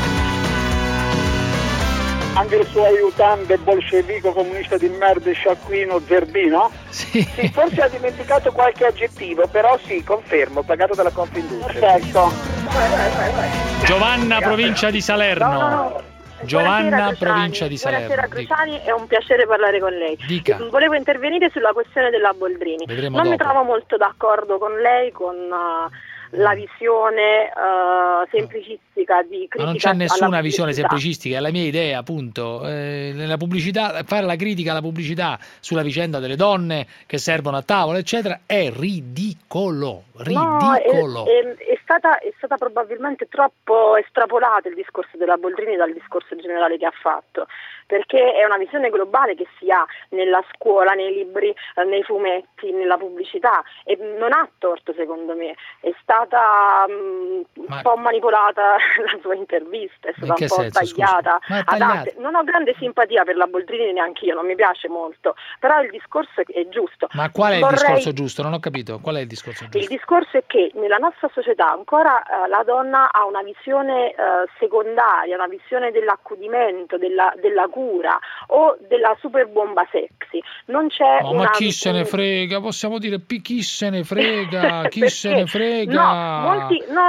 S20: Anche il suo aiutante bolscevico comunista di merda Sciacquino Zerbino?
S5: Sì,
S20: forse ha dimenticato qualche aggettivo, però sì, confermo, pagato dalla Confindustria. Perfetto.
S5: Giovanna, provincia di Salerno.
S15: No.
S5: Giovanna, provincia di Salerno.
S15: Buonasera Cruciani, è un piacere parlare con lei.
S5: Dica.
S15: Volevo intervenire sulla questione della Boldrini.
S5: Vedremo
S15: non
S5: dopo.
S15: Mi trovo molto d'accordo con lei, con la visione semplicistica di critica.
S5: Ma non c'è nessuna visione semplicistica, è la mia idea, appunto. Nella pubblicità, fare la critica alla pubblicità sulla vicenda delle donne che servono a tavola, eccetera, è ridicolo. Ridicolo.
S15: No, è stata probabilmente troppo estrapolata il discorso della Boldrini dal discorso generale che ha fatto, perché è una visione globale che si ha nella scuola, nei libri, nei fumetti, nella pubblicità, e non ha torto secondo me. È stata un po' manipolata la sua intervista, è stata un po' tagliata. Non ho grande simpatia per la Boldrini neanche io, non mi piace molto, però il discorso è giusto.
S5: Ma qual è il discorso giusto? Non ho capito. Qual è il discorso giusto?
S15: Il discorso è che nella nostra società ancora la donna ha una visione secondaria, una visione dell'accudimento, della cura o della super bomba sexy. Non c'è
S5: ma chi se ne frega? Possiamo dire chi se ne frega? Chi se ne frega?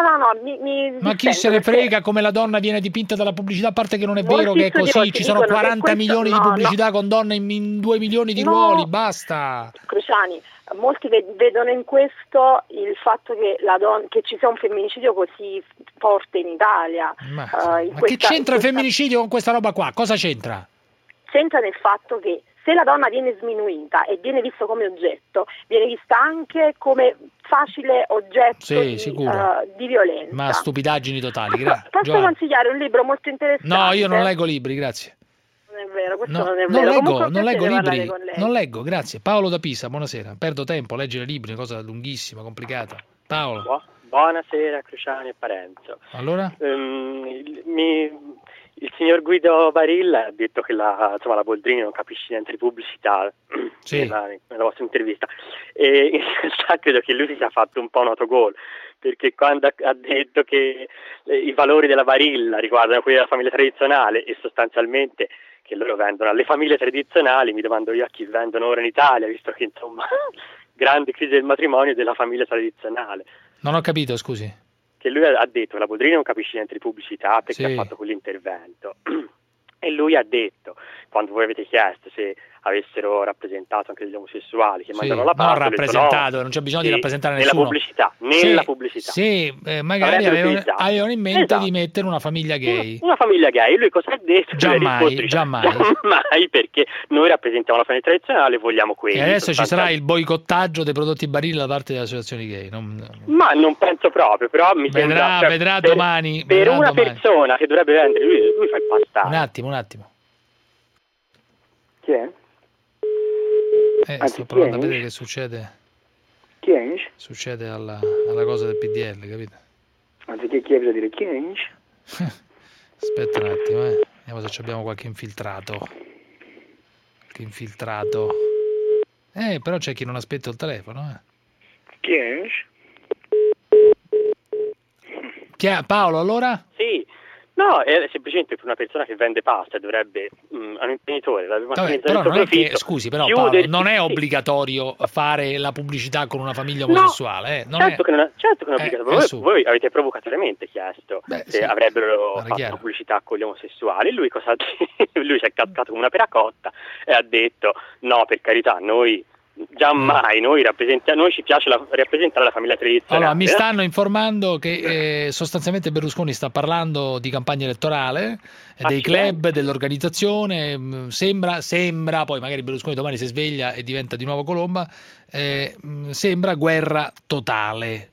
S15: Ma
S5: chi se ne frega come la donna viene dipinta dalla pubblicità? A parte che non è vero che è così, ci sono 40 milioni di pubblicità con donne in 2 milioni di ruoli, basta.
S15: Cruciani, molti vedono in questo il fatto che che ci sia un femminicidio così forte in Italia.
S5: Ma che c'entra il femminicidio con questa roba qua? Cosa c'entra?
S15: C'entra nel fatto che se la donna viene sminuita e viene vista come oggetto, viene vista anche come facile oggetto di violenza.
S5: Ma stupidaggini totali.
S15: Posso consigliare un libro molto interessante?
S5: No, io non leggo libri, grazie.
S15: Non è vero, questo non è vero.
S5: Non leggo libri, non leggo, grazie. Paolo da Pisa, buonasera. Perdo tempo, leggere libri è una cosa lunghissima, complicata. Paolo.
S16: Buonasera Cruciani e Parenzo.
S5: Allora?
S16: Il signor Guido Barilla ha detto che la Boldrini non capisce niente di pubblicità nella vostra intervista, e in realtà credo che lui si sia fatto un po' un autogol, perché quando ha detto che i valori della Barilla riguardano quelli della famiglia tradizionale e sostanzialmente che loro vendono alle famiglie tradizionali, mi domando io a chi vendono ora in Italia, visto che insomma grande crisi del matrimonio e della famiglia tradizionale.
S5: Non ho capito, scusi.
S16: Che lui ha detto che la Boldrini non capisce niente di pubblicità perché ha fatto quell'intervento e lui ha detto, quando voi avete chiesto se avessero rappresentato anche degli omosessuali che mandano la parte,
S5: non rappresentato, non c'è bisogno di rappresentare nessuno
S16: nella pubblicità
S5: magari avevano in mente di mettere una famiglia gay,
S16: lui cosa ha detto? Giammai, perché noi rappresentiamo la famiglia tradizionale e vogliamo quelli.
S5: E adesso ci sarà il boicottaggio dei prodotti Barilla da parte delle associazioni gay?
S16: Ma non penso proprio, però mi sembra
S5: vedrà domani
S16: per una persona che dovrebbe vendere, lui fa il passato.
S5: Un attimo
S20: chi è?
S5: Sto provando a vedere che succede.
S20: Chi è?
S5: Succede alla cosa del PDL, capito?
S20: Anziché chi è bisogna dire chi è?
S5: Aspetta un attimo, vediamo se abbiamo qualche infiltrato. Però c'è chi non aspetta il telefono,
S20: Chi è?
S5: Paolo, allora?
S16: Sì, No, è semplicemente per una persona che vende pasta dovrebbe, un imprenditore,
S5: però non è che, scusi, però Paolo, non è obbligatorio fare la pubblicità con una famiglia omosessuale.
S16: Certo che non è obbligatorio. Voi avete provocatoriamente chiesto se avrebbero fatto pubblicità con gli omosessuali. Lui cosa ha detto? Lui si è cascato come una peracotta e ha detto no, per carità, noi giammai, noi ci piace rappresentare la famiglia tradizionale.
S5: Allora, mi stanno informando che sostanzialmente Berlusconi sta parlando di campagna elettorale, dei club, dell'organizzazione, sembra, poi magari Berlusconi domani si sveglia e diventa di nuovo Colomba, sembra guerra totale.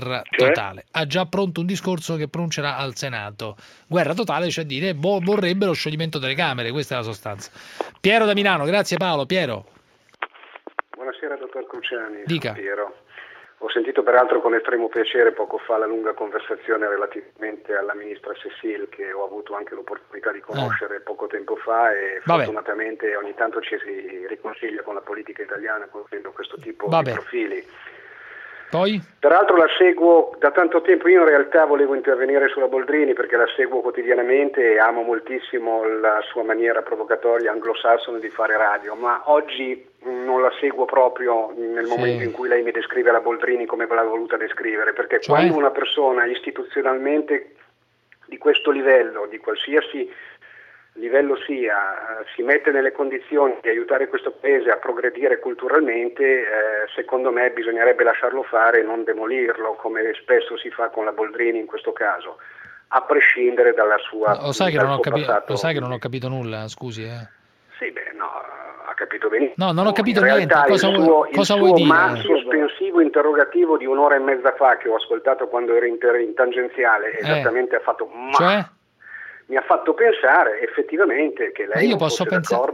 S5: Ha già pronto un discorso che pronuncerà al Senato. Guerra totale, cioè dire vorrebbe lo scioglimento delle Camere, questa è la sostanza. Piero da Milano, grazie Paolo. Piero.
S11: Buonasera dottor Cruciani.
S5: Dica.
S11: Piero. Ho sentito peraltro con estremo piacere poco fa la lunga conversazione relativamente alla ministra Cécile, che ho avuto anche l'opportunità di conoscere poco tempo fa, e fortunatamente ogni tanto ci si riconsiglia con la politica italiana conoscendo questo tipo di profili.
S5: Poi?
S11: Peraltro la seguo da tanto tempo. Io in realtà volevo intervenire sulla Boldrini perché la seguo quotidianamente e amo moltissimo la sua maniera provocatoria anglosassone di fare radio, ma oggi non la seguo proprio nel momento in cui lei mi descrive la Boldrini come l'ha voluta descrivere, perché quando una persona istituzionalmente di questo livello, di qualsiasi livello sia, si mette nelle condizioni di aiutare questo paese a progredire culturalmente, secondo me bisognerebbe lasciarlo fare e non demolirlo, come spesso si fa con la Boldrini in questo caso, a prescindere dalla sua
S5: Lo sai che non ho capito nulla, scusi.
S11: Sì, ha capito benissimo.
S5: No, non ho capito niente. Cosa vuoi dire?
S11: Ma sospensivo interrogativo di un'ora e mezza fa che ho ascoltato quando ero in tangenziale, esattamente ha fatto mi ha fatto pensare effettivamente che lei
S5: io posso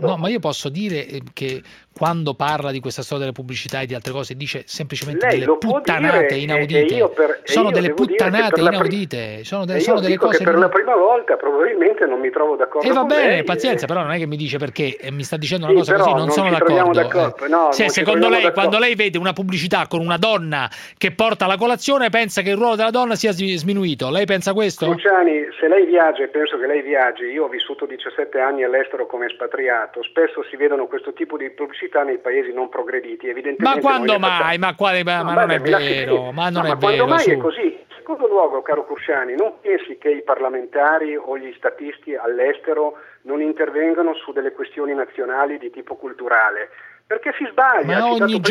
S5: dire che quando parla di questa storia delle pubblicità e di altre cose dice semplicemente delle puttanate inaudite. Sono delle puttanate inaudite, sono delle cose
S11: che per la prima volta probabilmente non mi trovo d'accordo
S5: con lei.
S11: Bene,
S5: pazienza, però non è che mi dice perché mi sta dicendo una cosa così, non sono d'accordo. Secondo lei quando lei vede una pubblicità con una donna che porta la colazione pensa che il ruolo della donna sia sminuito. Lei pensa questo?
S11: Cruciani, se lei viaggia, e penso che lei viaggi, io ho vissuto 17 anni all'estero come espatriato, spesso si vedono questo tipo di pubblicità nei paesi non progrediti, evidentemente.
S5: Ma quando mai? Ma non è vero, ma non è vero.
S11: Quando mai è così? In secondo luogo, caro Cruciani, non pensi che i parlamentari o gli statisti all'estero non intervengano su delle questioni nazionali di tipo culturale? Perché si sbaglia.
S5: Ma ogni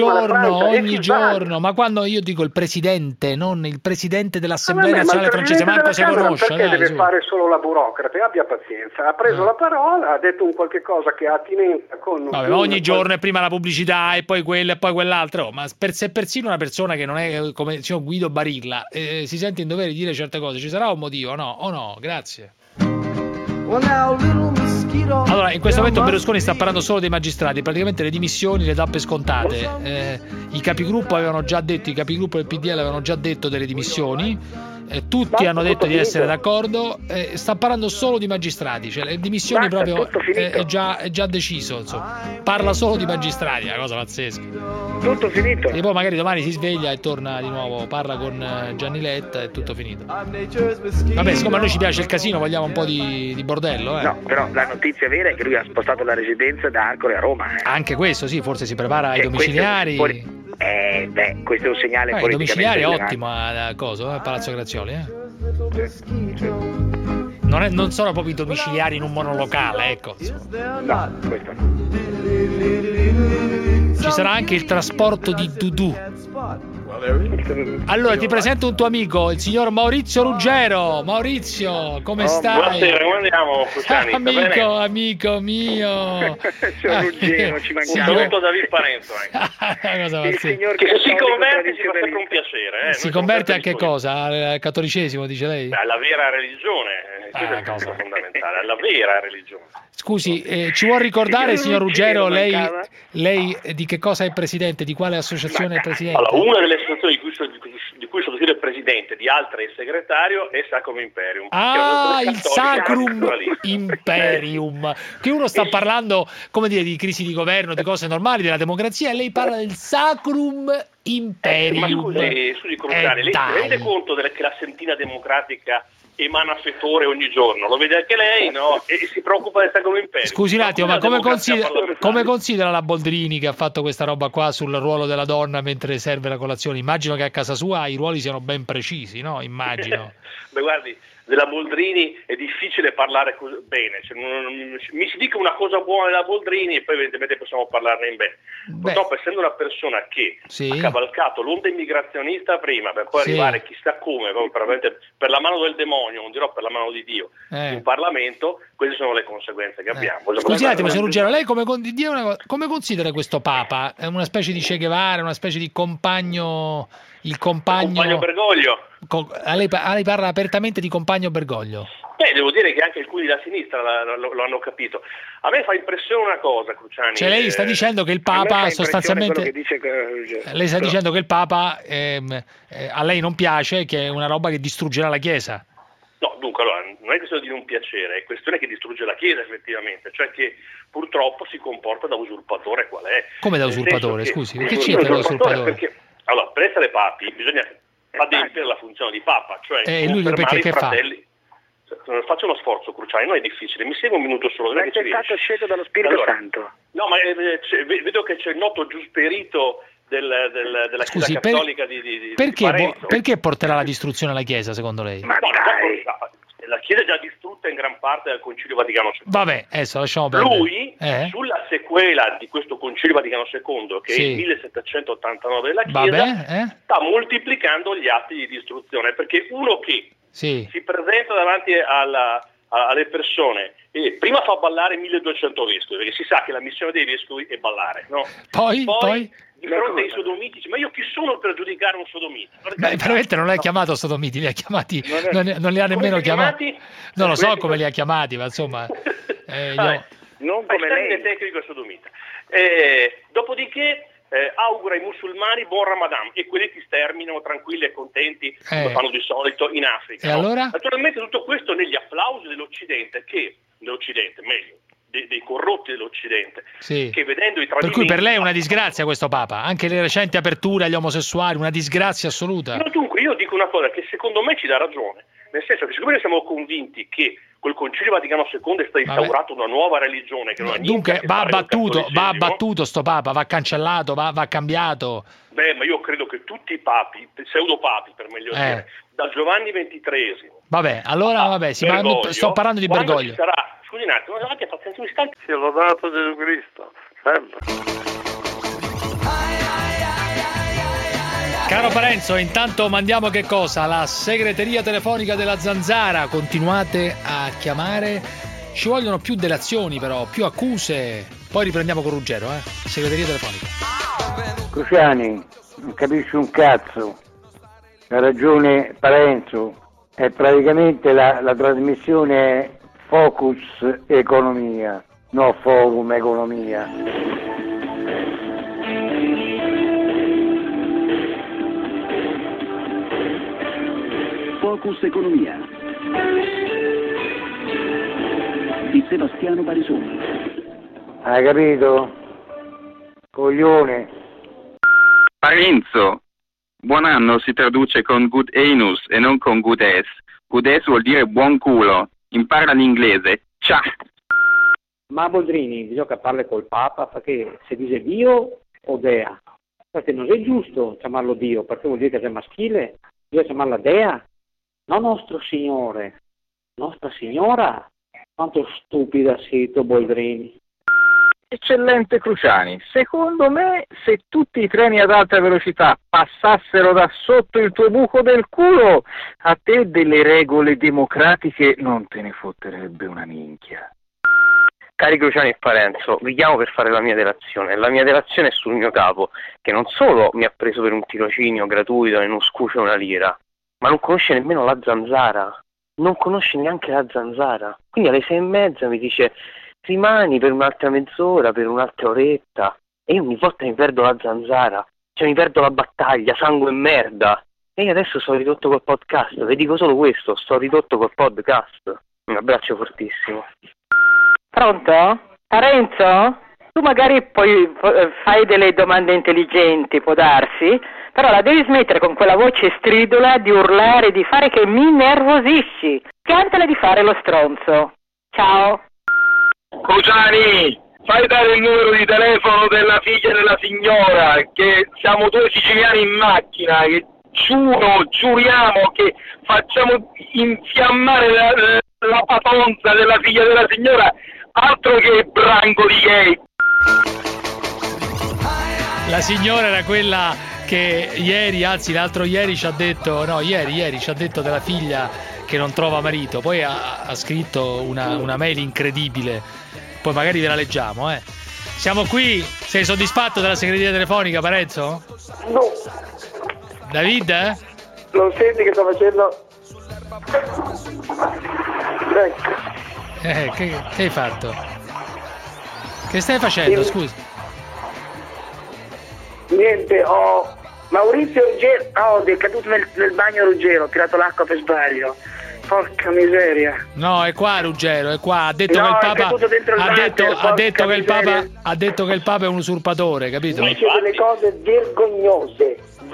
S5: giorno, ma quando io dico il presidente, non il presidente dell'Assemblea nazionale francese, manco si conosce.
S11: Perché deve fare solo la burocrate? Abbia pazienza. Ha preso la parola, ha detto un qualche cosa che ha attinenza con...
S5: ma ogni giorno è prima la pubblicità e poi quella e poi quell'altro. Ma se persino una persona che non è come il signor Guido Barilla si sente in dovere di dire certe cose, ci sarà un motivo? No, o no? Grazie. Allora, in questo momento Berlusconi sta parlando solo dei magistrati, praticamente le dimissioni le dà per scontate. I capigruppo avevano già detto, i capigruppo del PDL avevano già detto delle dimissioni. Tutti hanno detto di essere d'accordo, sta parlando solo di magistrati, cioè le dimissioni proprio è già deciso, insomma. Parla solo di magistrati, è una cosa pazzesca.
S11: Tutto finito.
S5: E poi magari domani si sveglia e torna di nuovo, parla con Gianni Letta, è tutto finito. Vabbè, siccome a noi ci piace il casino, vogliamo un po' di bordello.
S6: No, però la notizia vera è che lui ha spostato la residenza da Arcore a Roma.
S5: Anche questo, sì, forse si prepara ai domiciliari.
S6: Questo è un segnale
S5: politicamente. I domiciliari è ottimo a Palazzo Grazioli. Non sono proprio i domiciliari in un monolocale, ecco.
S6: No, questo no.
S5: Ci sarà anche il trasporto di Dudu. Allora ti presento un tuo amico, il signor Maurizio Ruggero. Maurizio, come stai?
S17: Buonasera, come andiamo, Cruciani?
S5: Amico mio.
S6: Signor Ruggero, ci manca.
S17: Un saluto da David Parenzo.
S6: Il signor
S17: che se si converte ci fa sempre un piacere.
S5: Si converte a che cosa? Al cattolicesimo, dice lei?
S17: Alla vera religione, questa è la cosa fondamentale, alla vera religione.
S5: Scusi, ci vuol ricordare, signor Ruggero, lei di che cosa è presidente? Di quale associazione è presidente?
S17: Allora, una delle associazioni di cui sono presidente presidente, di altra il segretario, è Sacrum Imperium.
S5: Ah, il Sacrum Imperium, che uno sta parlando, come dire, di crisi di governo, di cose normali, della democrazia, e lei parla del Sacrum Imperium.
S17: Ma scusi Cruciani, lei si rende conto che la sentina democratica emana fetore ogni giorno, lo vede anche lei, no? E si preoccupa del Sacrum Imperium.
S5: Scusi un attimo, ma come considera la Boldrini che ha fatto questa roba qua sul ruolo della donna mentre serve la colazione? Immagino che a casa sua i ruoli siano ben precisi, no? Immagino.
S17: Beh, guardi, della Boldrini è difficile parlare bene, cioè, mi si dica una cosa buona della Boldrini e poi evidentemente possiamo parlarne in bene. Purtroppo, essendo una persona che ha cavalcato l'onda immigrazionista prima per poi arrivare chissà come, per la mano del demonio, non dirò per la mano di Dio, in Parlamento, queste sono le conseguenze che abbiamo.
S5: Scusi un attimo, signor Ruggero, lei come considera questo Papa? È una specie di Che Guevara, una specie di compagno... Il compagno
S17: Bergoglio.
S5: Lei parla apertamente di compagno Bergoglio.
S17: Devo dire che anche alcuni della sinistra lo hanno capito. A me fa impressione una cosa, Cruciani.
S5: Cioè lei sta dicendo che il Papa sostanzialmente... Lei sta dicendo che il Papa a lei non piace, che è una roba che distruggerà la Chiesa.
S17: No, dunque, allora, non è questione di non piacere, è questione che distrugge la Chiesa effettivamente, cioè che purtroppo si comporta da usurpatore qual è.
S5: Come da usurpatore, scusi? Che c'entra da usurpatore?
S17: Perché, allora, per essere papi bisogna adempiere la funzione di Papa, cioè
S5: lui perché che
S17: fratelli. Faccio uno sforzo, Cruciani, non è difficile, mi segua un minuto solo.
S6: Ma è stato scelto dallo Spirito Santo.
S17: No, ma vedo che c'è il noto giusperito della Chiesa Cattolica di
S5: perché porterà la distruzione alla Chiesa, secondo lei?
S6: Ma dai.
S17: La Chiesa è già distrutta in gran parte dal Concilio Vaticano II.
S5: Vabbè, adesso lasciamo perdere.
S17: Lui, sulla sequela di questo Concilio Vaticano II, che è il 1789 della Chiesa, sta moltiplicando gli atti di distruzione, perché uno che si presenta davanti alle persone e prima fa ballare 1200 vescovi, perché si sa che la missione dei vescovi è ballare, no? Poi di fronte ai sodomiti, ma io chi sono per giudicare un sodomita?
S5: Veramente non l'ha chiamato sodomiti, li ha chiamati, non li ha nemmeno chiamati. Non lo so come li ha chiamati, ma insomma
S17: non come lei tecnico sodomita. Dopodiché augura ai musulmani buon Ramadan e quelli ti sterminano tranquilli e contenti come fanno di solito in Africa.
S5: E allora?
S17: Naturalmente tutto questo negli applausi dell'Occidente, meglio dei corrotti dell'Occidente, che vedendo i tradimenti...
S5: Per cui per lei è una disgrazia questo Papa, anche le recenti aperture agli omosessuali, una disgrazia assoluta.
S17: No, dunque io dico una cosa che secondo me ci dà ragione, nel senso che siccome noi siamo convinti che col Concilio Vaticano II è stata instaurata una nuova religione che non ha niente a che fare
S5: va abbattuto sto Papa, va cancellato, va cambiato.
S17: Ma io credo che tutti i papi, pseudopapi per meglio dire, da Giovanni XXIII.
S5: Sto parlando di Bergoglio.
S17: Scusi un attimo, anche pazienza un istante.
S12: Sia lodato Gesù Cristo, sempre.
S5: Caro Parenzo, intanto mandiamo che cosa? La segreteria telefonica della Zanzara, continuate a chiamare, ci vogliono più delazioni però, più accuse, poi riprendiamo con Ruggero, segreteria telefonica.
S18: Cruciani, non capisci un cazzo, ha ragione Parenzo, è praticamente la trasmissione Focus Economia, no Forum Economia.
S19: Focus Economia di Sebastiano Barisoni.
S18: Hai capito? Coglione.
S21: Parenzo, buon anno si traduce con good anus e non con good ass. Good ass vuol dire buon culo. Impara l'inglese. Ciao.
S22: Ma Boldrini, bisogna parlare col Papa perché se dice Dio o Dea. Perché non è giusto chiamarlo Dio, perché vuol dire che è maschile. Bisogna chiamarla Dea. No, nostro Signore. Nostra Signora. Quanto stupida sei tu, Boldrini.
S21: Eccellente Cruciani, secondo me se tutti i treni ad alta velocità passassero da sotto il tuo buco del culo, a te delle regole democratiche non te ne fotterebbe una minchia.
S16: Cari Cruciani e Parenzo, vi chiamo per fare la mia delazione. La mia delazione è sul mio capo, che non solo mi ha preso per un tirocinio gratuito e non scuce una lira, ma non conosce nemmeno la Zanzara. Non conosce neanche la Zanzara. Quindi alle 6:30 mi dice: rimani per un'altra mezz'ora, per un'altra oretta, e io ogni volta mi perdo la Zanzara, cioè mi perdo la battaglia, sangue e merda,
S21: E io adesso sono ridotto col podcast, vi dico solo questo, sto ridotto col podcast. Un abbraccio fortissimo. Pronto? Parenzo? Tu magari poi fai delle domande intelligenti, può darsi, però la devi smettere con quella voce stridula di urlare, di fare, che mi nervosisci. Piantala di fare lo stronzo. Ciao.
S18: Cruciani, fai dare il numero di telefono della figlia della signora, che siamo 2 siciliani in macchina, che giuriamo che facciamo infiammare la patonza della figlia della signora, altro che branco di gay.
S5: La signora era quella che ieri, anzi l'altro ieri ci ha detto, no, ieri ci ha detto della figlia che non trova marito, poi ha scritto una mail incredibile, poi magari ve la leggiamo, Siamo qui, sei soddisfatto della segreteria telefonica, Parenzo?
S2: No.
S5: David?
S2: Non senti che sto facendo?
S5: Che hai fatto? Che stai facendo, scusa?
S2: Niente, Maurizio Ruggero, è caduto nel bagno Ruggero, ho tirato l'acqua per sbaglio. Porca miseria.
S5: No, è qua Ruggero, è qua. Ha detto che il Papa ha detto che il Papa è un usurpatore, capito?
S2: Dice delle cose vergognose.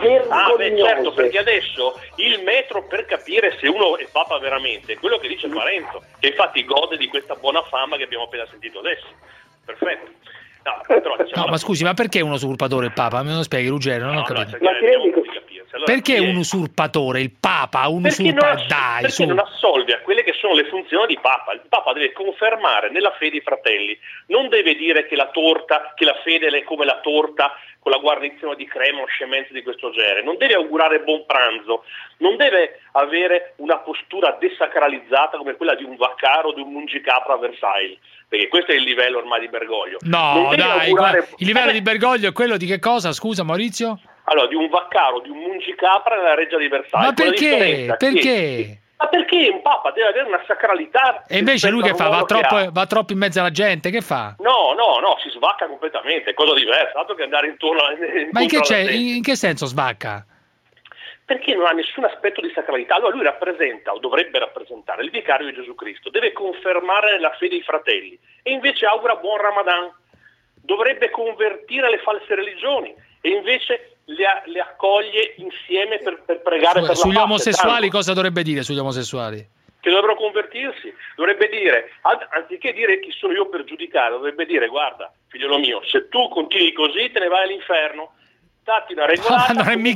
S17: Certo, perché adesso il metro per capire se uno è Papa veramente è quello che dice Parenzo, che infatti gode di questa buona fama che abbiamo appena sentito adesso. Perfetto. No, però,
S5: ma scusi, ma perché è un usurpatore il Papa? Me lo spieghi, Ruggero? Non ho capito.
S17: Allora,
S5: perché un usurpatore? Il Papa un usurpatore?
S17: Perché non assolve a quelle che sono le funzioni di Papa. Il Papa deve confermare nella fede i fratelli, non deve dire che la fede è come la torta con la guarnizione di crema o scemenze di questo genere, non deve augurare buon pranzo, non deve avere una postura desacralizzata come quella di un Vaccaro o di un Mungicapra a Versailles, perché questo è il livello ormai di Bergoglio.
S5: No, dai, il livello di Bergoglio è quello di che cosa, scusa Maurizio?
S17: Allora, di un Vaccaro, di un Mungicapra nella reggia di Versailles.
S5: Ma perché? Perché?
S17: Ma perché un Papa deve avere una sacralità?
S5: E invece lui che fa? Va troppo in mezzo alla gente, che fa?
S17: No, si svacca completamente, è cosa diversa, altro che andare intorno
S5: Ma in che senso svacca?
S17: Perché non ha nessun aspetto di sacralità. Allora lui rappresenta, o dovrebbe rappresentare, il vicario di Gesù Cristo, deve confermare la fede ai fratelli, e invece augura buon Ramadan, dovrebbe convertire le false religioni, e invece le accoglie insieme per pregare per la
S5: sugli
S17: pace.
S5: Omosessuali cosa dovrebbe dire sugli omosessuali?
S17: Che dovrebbero convertirsi, dovrebbe dire, anziché dire chi sono io per giudicare, dovrebbe dire: guarda figliolo mio, se tu continui così te ne vai all'inferno, datti una regolata.
S5: Ma non è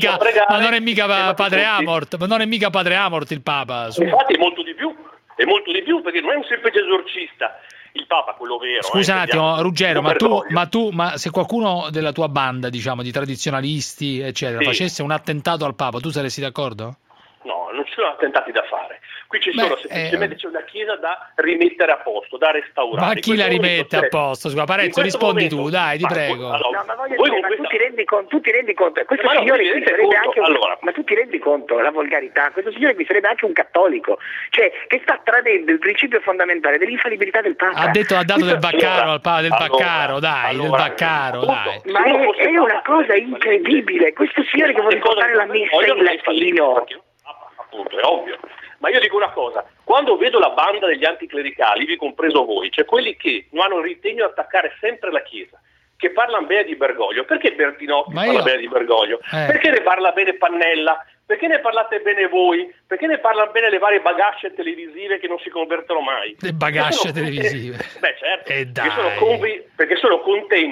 S5: mica Padre Amort, ma non è mica Padre Amort il Papa.
S17: Infatti è molto di più, perché non è un semplice esorcista. Il Papa, quello vero.
S5: Scusa un attimo, Ruggero, ma se qualcuno della tua banda, diciamo, di tradizionalisti, eccetera, facesse un attentato al Papa, tu saresti d'accordo?
S17: No, non ci sono attentati da fare. Qui ci sono semplicemente c'è una chiesa da rimettere a posto, da restaurare.
S5: Ma chi la rimette a posto? Scusa, Parenzo, rispondi tu, dai, ti prego.
S2: Allora, ma tu ti rendi conto, questo signore qui sarebbe anche ma tu ti rendi conto la volgarità? Questo signore qui sarebbe anche un cattolico, cioè che sta tradendo il principio fondamentale dell'infallibilità del Papa.
S5: Ha dato del Baccaro al Papa, del Baccaro, dai.
S2: Ma è una cosa incredibile, questo signore che vuole ricordare la messa in latino.
S17: Appunto, è ovvio. Ma io dico una cosa, quando vedo la banda degli anticlericali, vi compreso voi, cioè quelli che non hanno ritegno di attaccare sempre la Chiesa, che parlano bene di Bergoglio, perché Bertinotti parla bene di Bergoglio? Perché ne parla bene Pannella? Perché ne parlate bene voi? Perché ne parlano bene le varie bagasce televisive che non si convertono mai?
S5: Le bagasce televisive?
S17: Beh certo, perché sono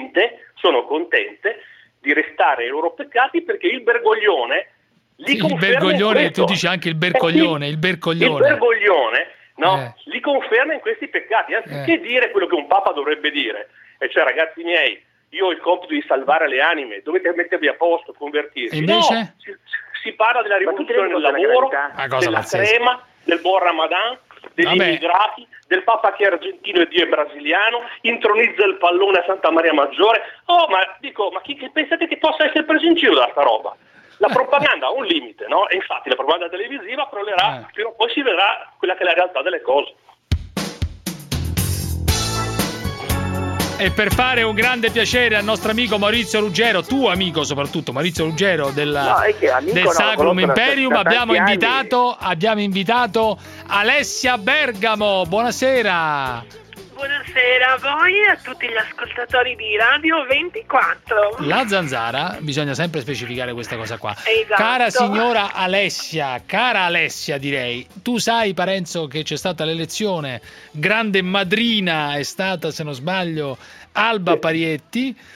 S17: contente di restare ai loro peccati, perché il Bergoglione...
S5: il Bergoglione, tu dici anche il Bercoglione, il Bercoglione.
S17: Il Bergoglione, li conferma in questi peccati, anziché dire quello che un Papa dovrebbe dire, e cioè ragazzi miei, io ho il compito di salvare le anime, dovete mettervi a posto, convertirsi.
S5: E invece?
S17: No, si parla della rivoluzione del lavoro, della crema, del buon Ramadan, degli immigrati, del Papa che è argentino e Dio è brasiliano, intronizza il pallone a Santa Maria Maggiore. Ma chi pensate che possa essere preso in giro da sta roba? La propaganda ha un limite, no? E infatti la propaganda televisiva crollerà, però poi si vedrà quella che è la realtà delle cose.
S5: E per fare un grande piacere al nostro amico Maurizio Ruggero, tuo amico soprattutto, Maurizio Ruggero del Sacrum Imperium, abbiamo invitato Alessia Bergamo. Buonasera.
S4: Buonasera a voi e a tutti gli ascoltatori di Radio 24.
S5: La zanzara, bisogna sempre specificare questa cosa qua.
S4: Esatto.
S5: Cara signora Alessia, cara Alessia direi, tu sai Parenzo che c'è stata l'elezione, grande madrina è stata, se non sbaglio, Alba Parietti.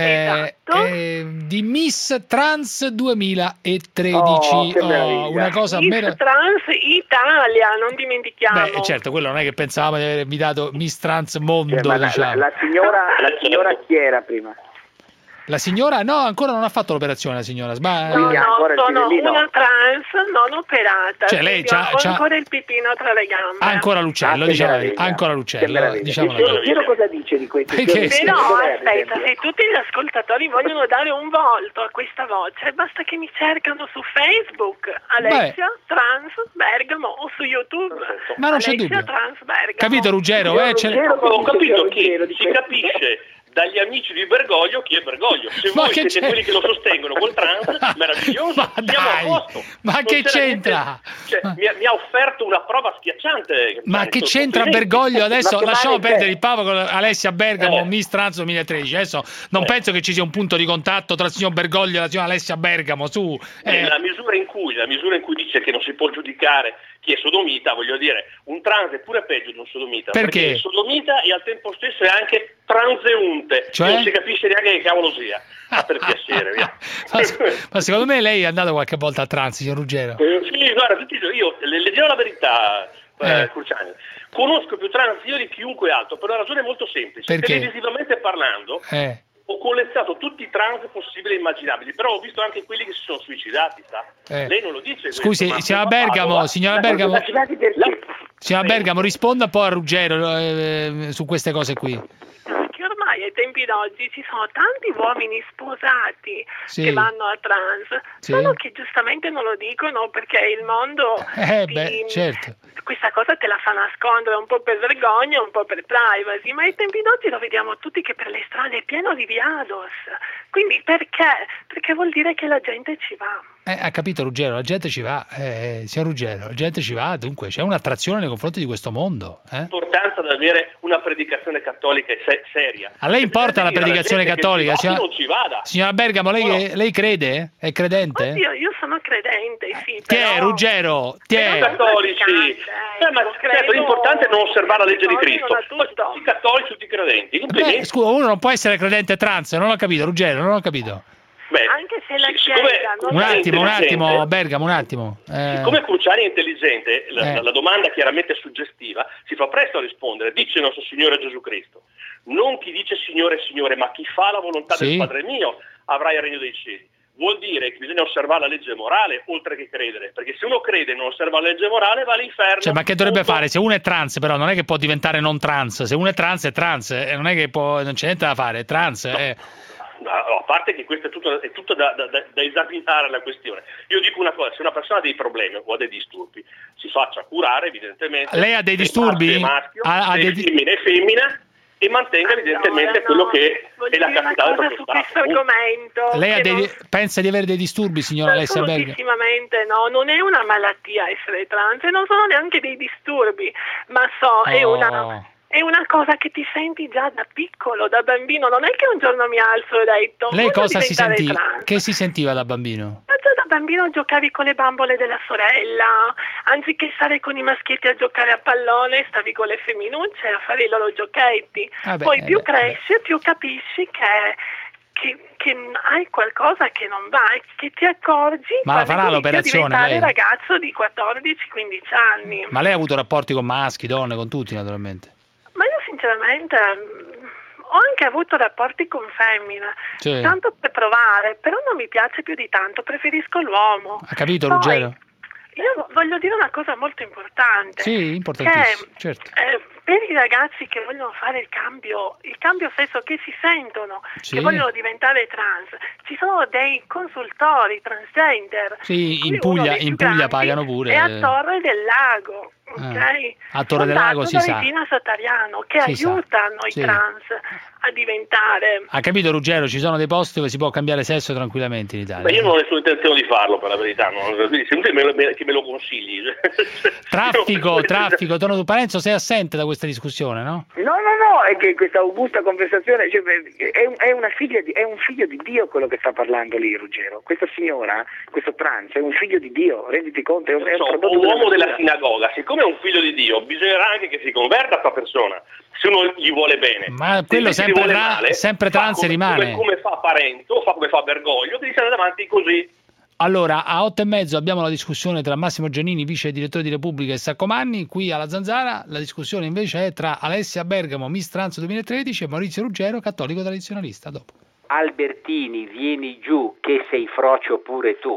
S5: Di Miss Trans 2013. Una cosa
S4: Miss Trans Italia, non dimentichiamo.
S5: Beh, certo, quello non è che pensavamo di aver invitato Miss Trans Mondo, diciamo.
S2: La signora chi era prima?
S5: La signora no, ancora non ha fatto l'operazione la signora.
S4: Sono una trans non operata.
S5: Cioè lei c'ha
S4: ancora il pipino tra le gambe.
S5: Ancora l'uccello, ancora l'uccello.
S2: Diciamo cosa dice di questo.
S4: Però aspetta, se tutti gli ascoltatori vogliono dare un volto a questa voce, basta che mi cercano su Facebook Alessia Trans Bergamo o su YouTube.
S5: Ma non c'è dubbio.
S4: Trans Bergamo.
S5: Capito Ruggero?
S17: Ho capito che si capisce dagli amici di Bergoglio chi è Bergoglio. Se voi siete quelli che lo sostengono col trans, meraviglioso,
S5: ma
S17: siamo a posto.
S5: Ma non che c'entra?
S17: Mi ha offerto una prova schiacciante.
S5: Ma che c'entra Bergoglio adesso? Lasciamo perdere il pavo con Alessia Bergamo, Miss Trans 2013. Adesso non penso che ci sia un punto di contatto tra il signor Bergoglio e la signora Alessia Bergamo.
S17: La misura in cui dice che non si può giudicare chi è sodomita, voglio dire, un trans è pure peggio di un sodomita.
S5: Perché?
S17: È sodomita e al tempo stesso è anche transeunte, non si capisce neanche che cavolo sia. Per piacere, via.
S5: ma secondo me lei è andato qualche volta a trans, signor Ruggero?
S17: Sì, guarda, io le dirò la verità, Cruciani. Conosco più trans io di chiunque altro, per una ragione molto semplice.
S5: Perché?
S17: Televisivamente parlando, ho colleziato tutti i trans possibili e immaginabili, però ho visto anche quelli che si sono suicidati, sa? Lei non lo dice.
S5: Scusi, signora Bergamo, signora Bergamo, risponda un po' a Ruggero su queste cose qui.
S4: Che ormai ai tempi d'oggi ci sono tanti uomini sposati che vanno a trans, solo che giustamente non lo dicono perché il mondo
S5: certo.
S4: Questa cosa te la fa nascondere un po' per vergogna, un po' per privacy, ma ai tempi d'oggi lo vediamo tutti che per le strade è pieno di viados. Quindi perché? Perché vuol dire che la gente ci va.
S5: Ha capito Ruggero, la gente ci va, signor Ruggero, la gente ci va, dunque c'è un'attrazione nei confronti di questo mondo.
S17: L'importanza di avere una predicazione cattolica seria.
S5: A lei importa la predicazione cattolica? Signora Bergamo, lei crede? È credente?
S4: Oddio, io sono credente, sì.
S5: Tiè, Ruggero, tiè.
S17: Cattolici. L'importante è non osservare la legge di Cristo. Tutti i cattolici, tutti i credenti.
S5: Scusa, uno non può essere credente trans, non ho capito, Ruggero, non ho capito.
S4: Anche se la Chiesa
S5: un attimo, Bergamo, un attimo.
S17: Siccome Cruciani è intelligente, la domanda chiaramente suggestiva, si fa presto a rispondere. Dice il nostro Signore Gesù Cristo: non chi dice Signore, Signore, ma chi fa la volontà del Padre mio avrà il regno dei cieli. Vuol dire che bisogna osservare la legge morale oltre che credere, perché se uno crede e non osserva la legge morale va all'inferno.
S5: Ma che dovrebbe fare? Se uno è trans, però non è che può diventare non trans. Se uno è trans, non è che non c'è niente da fare, è trans.
S17: A parte che questo è tutto da esaminare la questione. Io dico una cosa: se una persona ha dei problemi o ha dei disturbi, si faccia curare, evidentemente.
S5: Lei ha dei disturbi?
S17: Maschio, femmina e femmina, e mantenga evidentemente quello che è la capitale del proprio
S4: stato.
S5: Lei pensa di avere dei disturbi, signora Alessia Bergamo?
S4: Assolutissimamente no, non è una malattia essere trans, e non sono neanche dei disturbi, ma è una cosa che ti senti già da piccolo, da bambino. Non è che un giorno mi alzo e ho detto:
S5: lei cosa si sentiva? Che si sentiva da bambino?
S4: Ma già da bambino giocavi con le bambole della sorella, anziché stare con i maschietti a giocare a pallone, stavi con le femminucce a fare i loro giochetti. Poi più cresci, più capisci che hai qualcosa che non va, e che ti accorgi
S5: quando farà l'operazione,
S4: diventare ragazzo di 14-15 anni.
S5: Ma lei ha avuto rapporti con maschi, donne, con tutti naturalmente?
S4: Ma io sinceramente ho anche avuto rapporti con femmine, tanto per provare, però non mi piace più di tanto, preferisco l'uomo.
S5: Ha capito, Ruggero?
S4: Io voglio dire una cosa molto importante.
S5: Sì, importantissimo, certo.
S4: Per i ragazzi che vogliono fare il cambio sesso, che si sentono, che vogliono diventare trans, ci sono dei consultori transgender.
S5: Sì, in Puglia pagano pure.
S4: E a Torre del Lago. ok?
S5: A Torre del Lago si sa.
S4: Regina Satariano, che aiutano i trans a diventare...
S5: Ha capito Ruggero, ci sono dei posti dove si può cambiare sesso tranquillamente in Italia.
S17: Beh, io non ho nessuna intenzione di farlo, per la verità, se me lo consigli.
S5: Traffico, Tono Parenzo, sei assente da questa discussione, no?
S2: No, è che questa augusta conversazione, cioè, è un figlio di Dio quello che sta parlando lì, Ruggero. Questa signora, questo trans, è un figlio di Dio, renditi conto, è un prodotto
S17: un uomo della sinagoga, siccome è un figlio di Dio, bisognerà anche che si converta a questa persona, se uno gli vuole bene.
S5: Ma quello sempre trans rimane.
S17: Come fa Parento, fa come fa Bergoglio, devi andare avanti così.
S5: Allora, a 8:30 abbiamo la discussione tra Massimo Giannini, vice direttore di Repubblica, e Saccomanni. Qui alla Zanzara la discussione invece è tra Alessia Bergamo, Miss Trans 2013, e Maurizio Ruggero, cattolico tradizionalista. Dopo.
S21: Albertini, vieni giù, che sei frocio pure tu.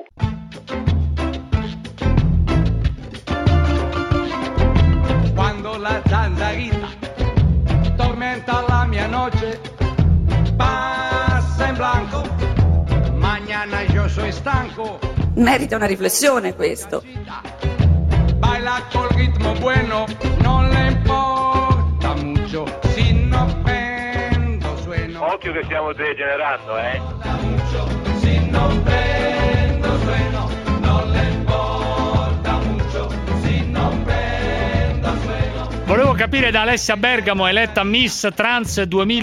S3: Quando la zanzarita tormenta la mia noche, passa in blanco, mañana yo soy stanco.
S10: Merita una riflessione questo.
S3: Baila col ritmo bueno, non le importa mucho, si no prendo sueno.
S17: Occhio che stiamo degenerando,
S3: Si no prendo sueno, non le importa mucho, si no prendo sueno.
S5: Volevo capire da Alessia Bergamo, eletta Miss Trans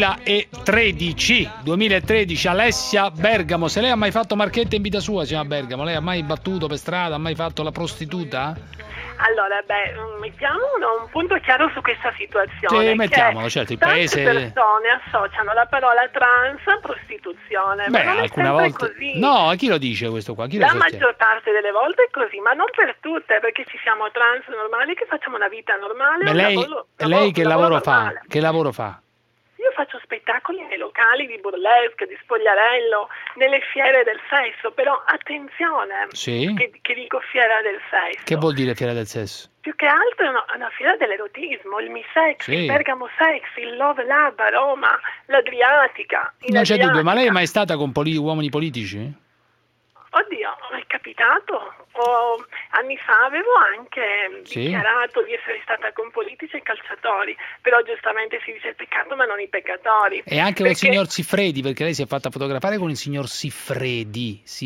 S5: 2013, Alessia Bergamo, se lei ha mai fatto marchette in vita sua, signora Bergamo, lei ha mai battuto per strada, ha mai fatto la prostituta?
S4: Allora, mettiamo un punto chiaro su questa situazione.
S5: Sì, mettiamolo, certo, il paese...
S4: Tante persone associano la parola trans a prostituzione, ma non
S5: alcune volte...
S4: così.
S5: No, chi lo dice questo qua?
S4: La maggior parte delle volte è così, ma non per tutte, perché ci siamo trans normali che facciamo una vita normale.
S5: Ma lei che lavoro fa? Che lavoro fa?
S4: Io faccio spettacoli nei locali di burlesque, di spogliarello, nelle fiere del sesso, però attenzione, che dico fiera del sesso.
S5: Che vuol dire fiera del sesso?
S4: Più che altro è una fiera dell'erotismo, il Mi-Sex, il Bergamo Sex, il Love Lab a Roma, l'Adriatica.
S5: Non c'è dubbio, ma lei è mai stata con uomini politici?
S4: Oddio, è capitato. Anni fa avevo anche dichiarato di essere stata con politici e calciatori, però giustamente si dice il peccato ma non i peccatori.
S5: E anche con il signor Siffredi, perché lei si è fatta fotografare con il signor Siffredi.
S4: Sì,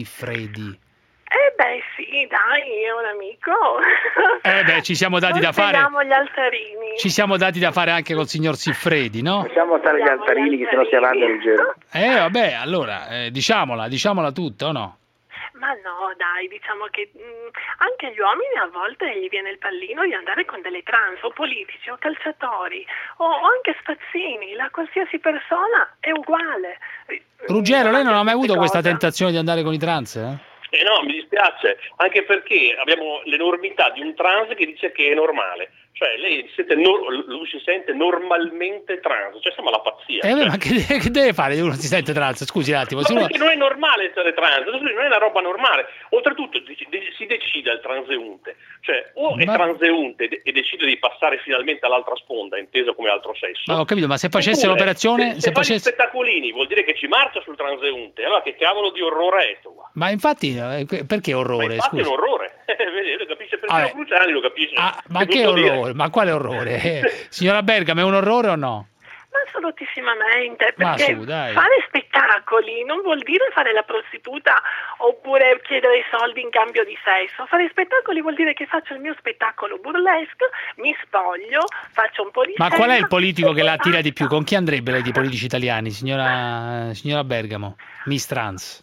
S4: dai, è un amico.
S5: Ci siamo dati da fare.
S4: Gli altarini.
S5: Ci siamo dati da fare anche col signor Siffredi, no?
S2: Possiamo stare gli altarini, che se no si avanza leggero.
S5: Vabbè, allora, diciamola tutta, o no?
S4: Ma no, dai, diciamo che anche agli uomini a volte gli viene il pallino di andare con delle trans, o politici, o calciatori, o anche spazzini, qualsiasi persona è uguale.
S5: Ruggero, lei non ha mai avuto questa tentazione di andare con i trans,
S17: no, mi dispiace, anche perché abbiamo l'enormità di un trans che dice che è normale. Cioè lui si sente normalmente trans, cioè siamo alla pazzia.
S5: Ma che deve fare uno si sente trans? Scusi un attimo.
S17: Perché non è normale essere trans, non è una roba normale. Oltretutto si decide al transeunte, cioè è transeunte e decide di passare finalmente all'altra sponda, inteso come altro sesso.
S5: Ma ho capito, ma se facesse l'operazione...
S17: Se facesse spettacolini vuol dire che ci marcia sul transeunte, allora che cavolo di orrore è?
S5: Ma infatti, perché orrore?
S17: Ma infatti è un orrore. Lo capisce persino Cruciani, lo capisce.
S5: Ma che orrore? Ma quale orrore? Signora Bergamo, è un orrore o no?
S4: Ma assolutissimamente, perché fare spettacoli non vuol dire fare la prostituta oppure chiedere i soldi in cambio di sesso. Fare spettacoli vuol dire che faccio il mio spettacolo burlesque, mi spoglio, faccio un po' di
S5: Ma qual è il politico che la attira di più? Con chi andrebbe lei di politici italiani, signora Bergamo? Miss Trans?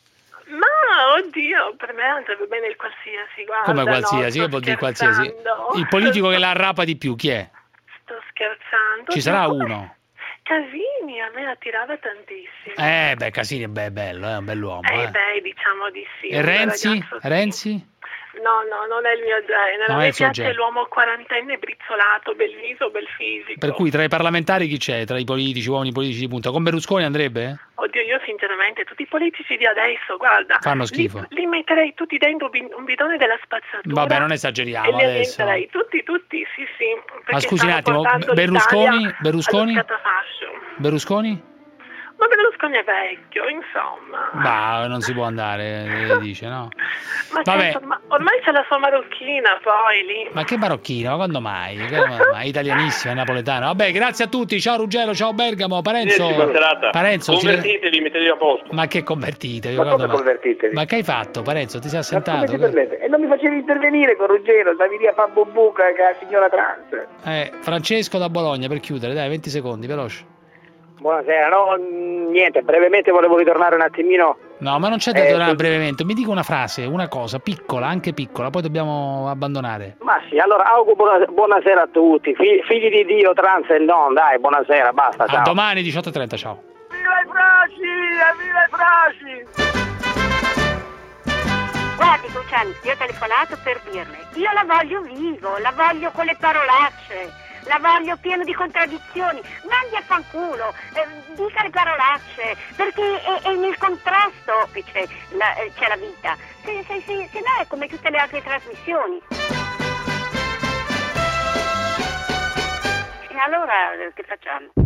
S4: Oddio, per me andrebbe bene il qualsiasi, guarda.
S5: Come qualsiasi? Che vuol dire qualsiasi? Il politico che la arrapa di più, chi è?
S4: Sto scherzando.
S5: Ci sarà uno?
S4: Casini, a me attirava tantissimo.
S5: Casini è bello, è un bell'uomo.
S4: Diciamo di sì.
S5: E Renzi?
S4: No, non è il mio genere. A me piace l'uomo quarantenne brizzolato, bel viso, bel fisico.
S5: Per cui tra i parlamentari chi c'è? Tra i politici, uomini politici di punta? Con Berlusconi andrebbe?
S4: Oddio, io sinceramente tutti i politici di adesso, guarda,
S5: fanno schifo.
S4: Li metterei tutti dentro un bidone della spazzatura.
S5: Vabbè, non esageriamo
S4: e
S5: adesso.
S4: Tutti, sì.
S5: Ma scusi un attimo, Berlusconi?
S4: Berlusconi?
S5: Ma
S4: Ma Berlusconi è vecchio, insomma.
S5: Ma non si può andare, dice, no?
S4: Ma certo, ormai c'è la sua marocchina, poi lì.
S5: Ma che marocchino? Quando mai? È italianissima, è napoletana. Vabbè, grazie a tutti. Ciao Ruggero, ciao Bergamo. Parenzo.
S17: Convertitevi, mettetevi a posto.
S5: Ma che convertitevi?
S22: Ma come convertitevi?
S5: Ma che hai fatto, Parenzo? Ti sei assentato?
S22: E non mi facevi intervenire con Ruggero, stavi lì a far bobbuca che la signora trans.
S5: Francesco da Bologna, per chiudere, dai, 20 secondi, veloce.
S22: Buonasera, no, niente, brevemente volevo ritornare un attimino.
S5: No, ma non c'è da tornare brevemente, mi dica una frase, una cosa, piccola, anche piccola, poi dobbiamo abbandonare.
S22: Ma sì, allora auguro buonasera a tutti, figli di Dio, trans e non, dai, buonasera, basta, ciao.
S5: A domani 18:30, ciao.
S6: Viva i Fraci!
S8: Guardi Cruciani, io ho telefonato per dirle, io la voglio vivo, la voglio con le parolacce. La voglio pieno di contraddizioni, mandi a fanculo, dica le parolacce, perché è nel contrasto che c'è la vita, se no è come tutte le altre trasmissioni. E allora che facciamo?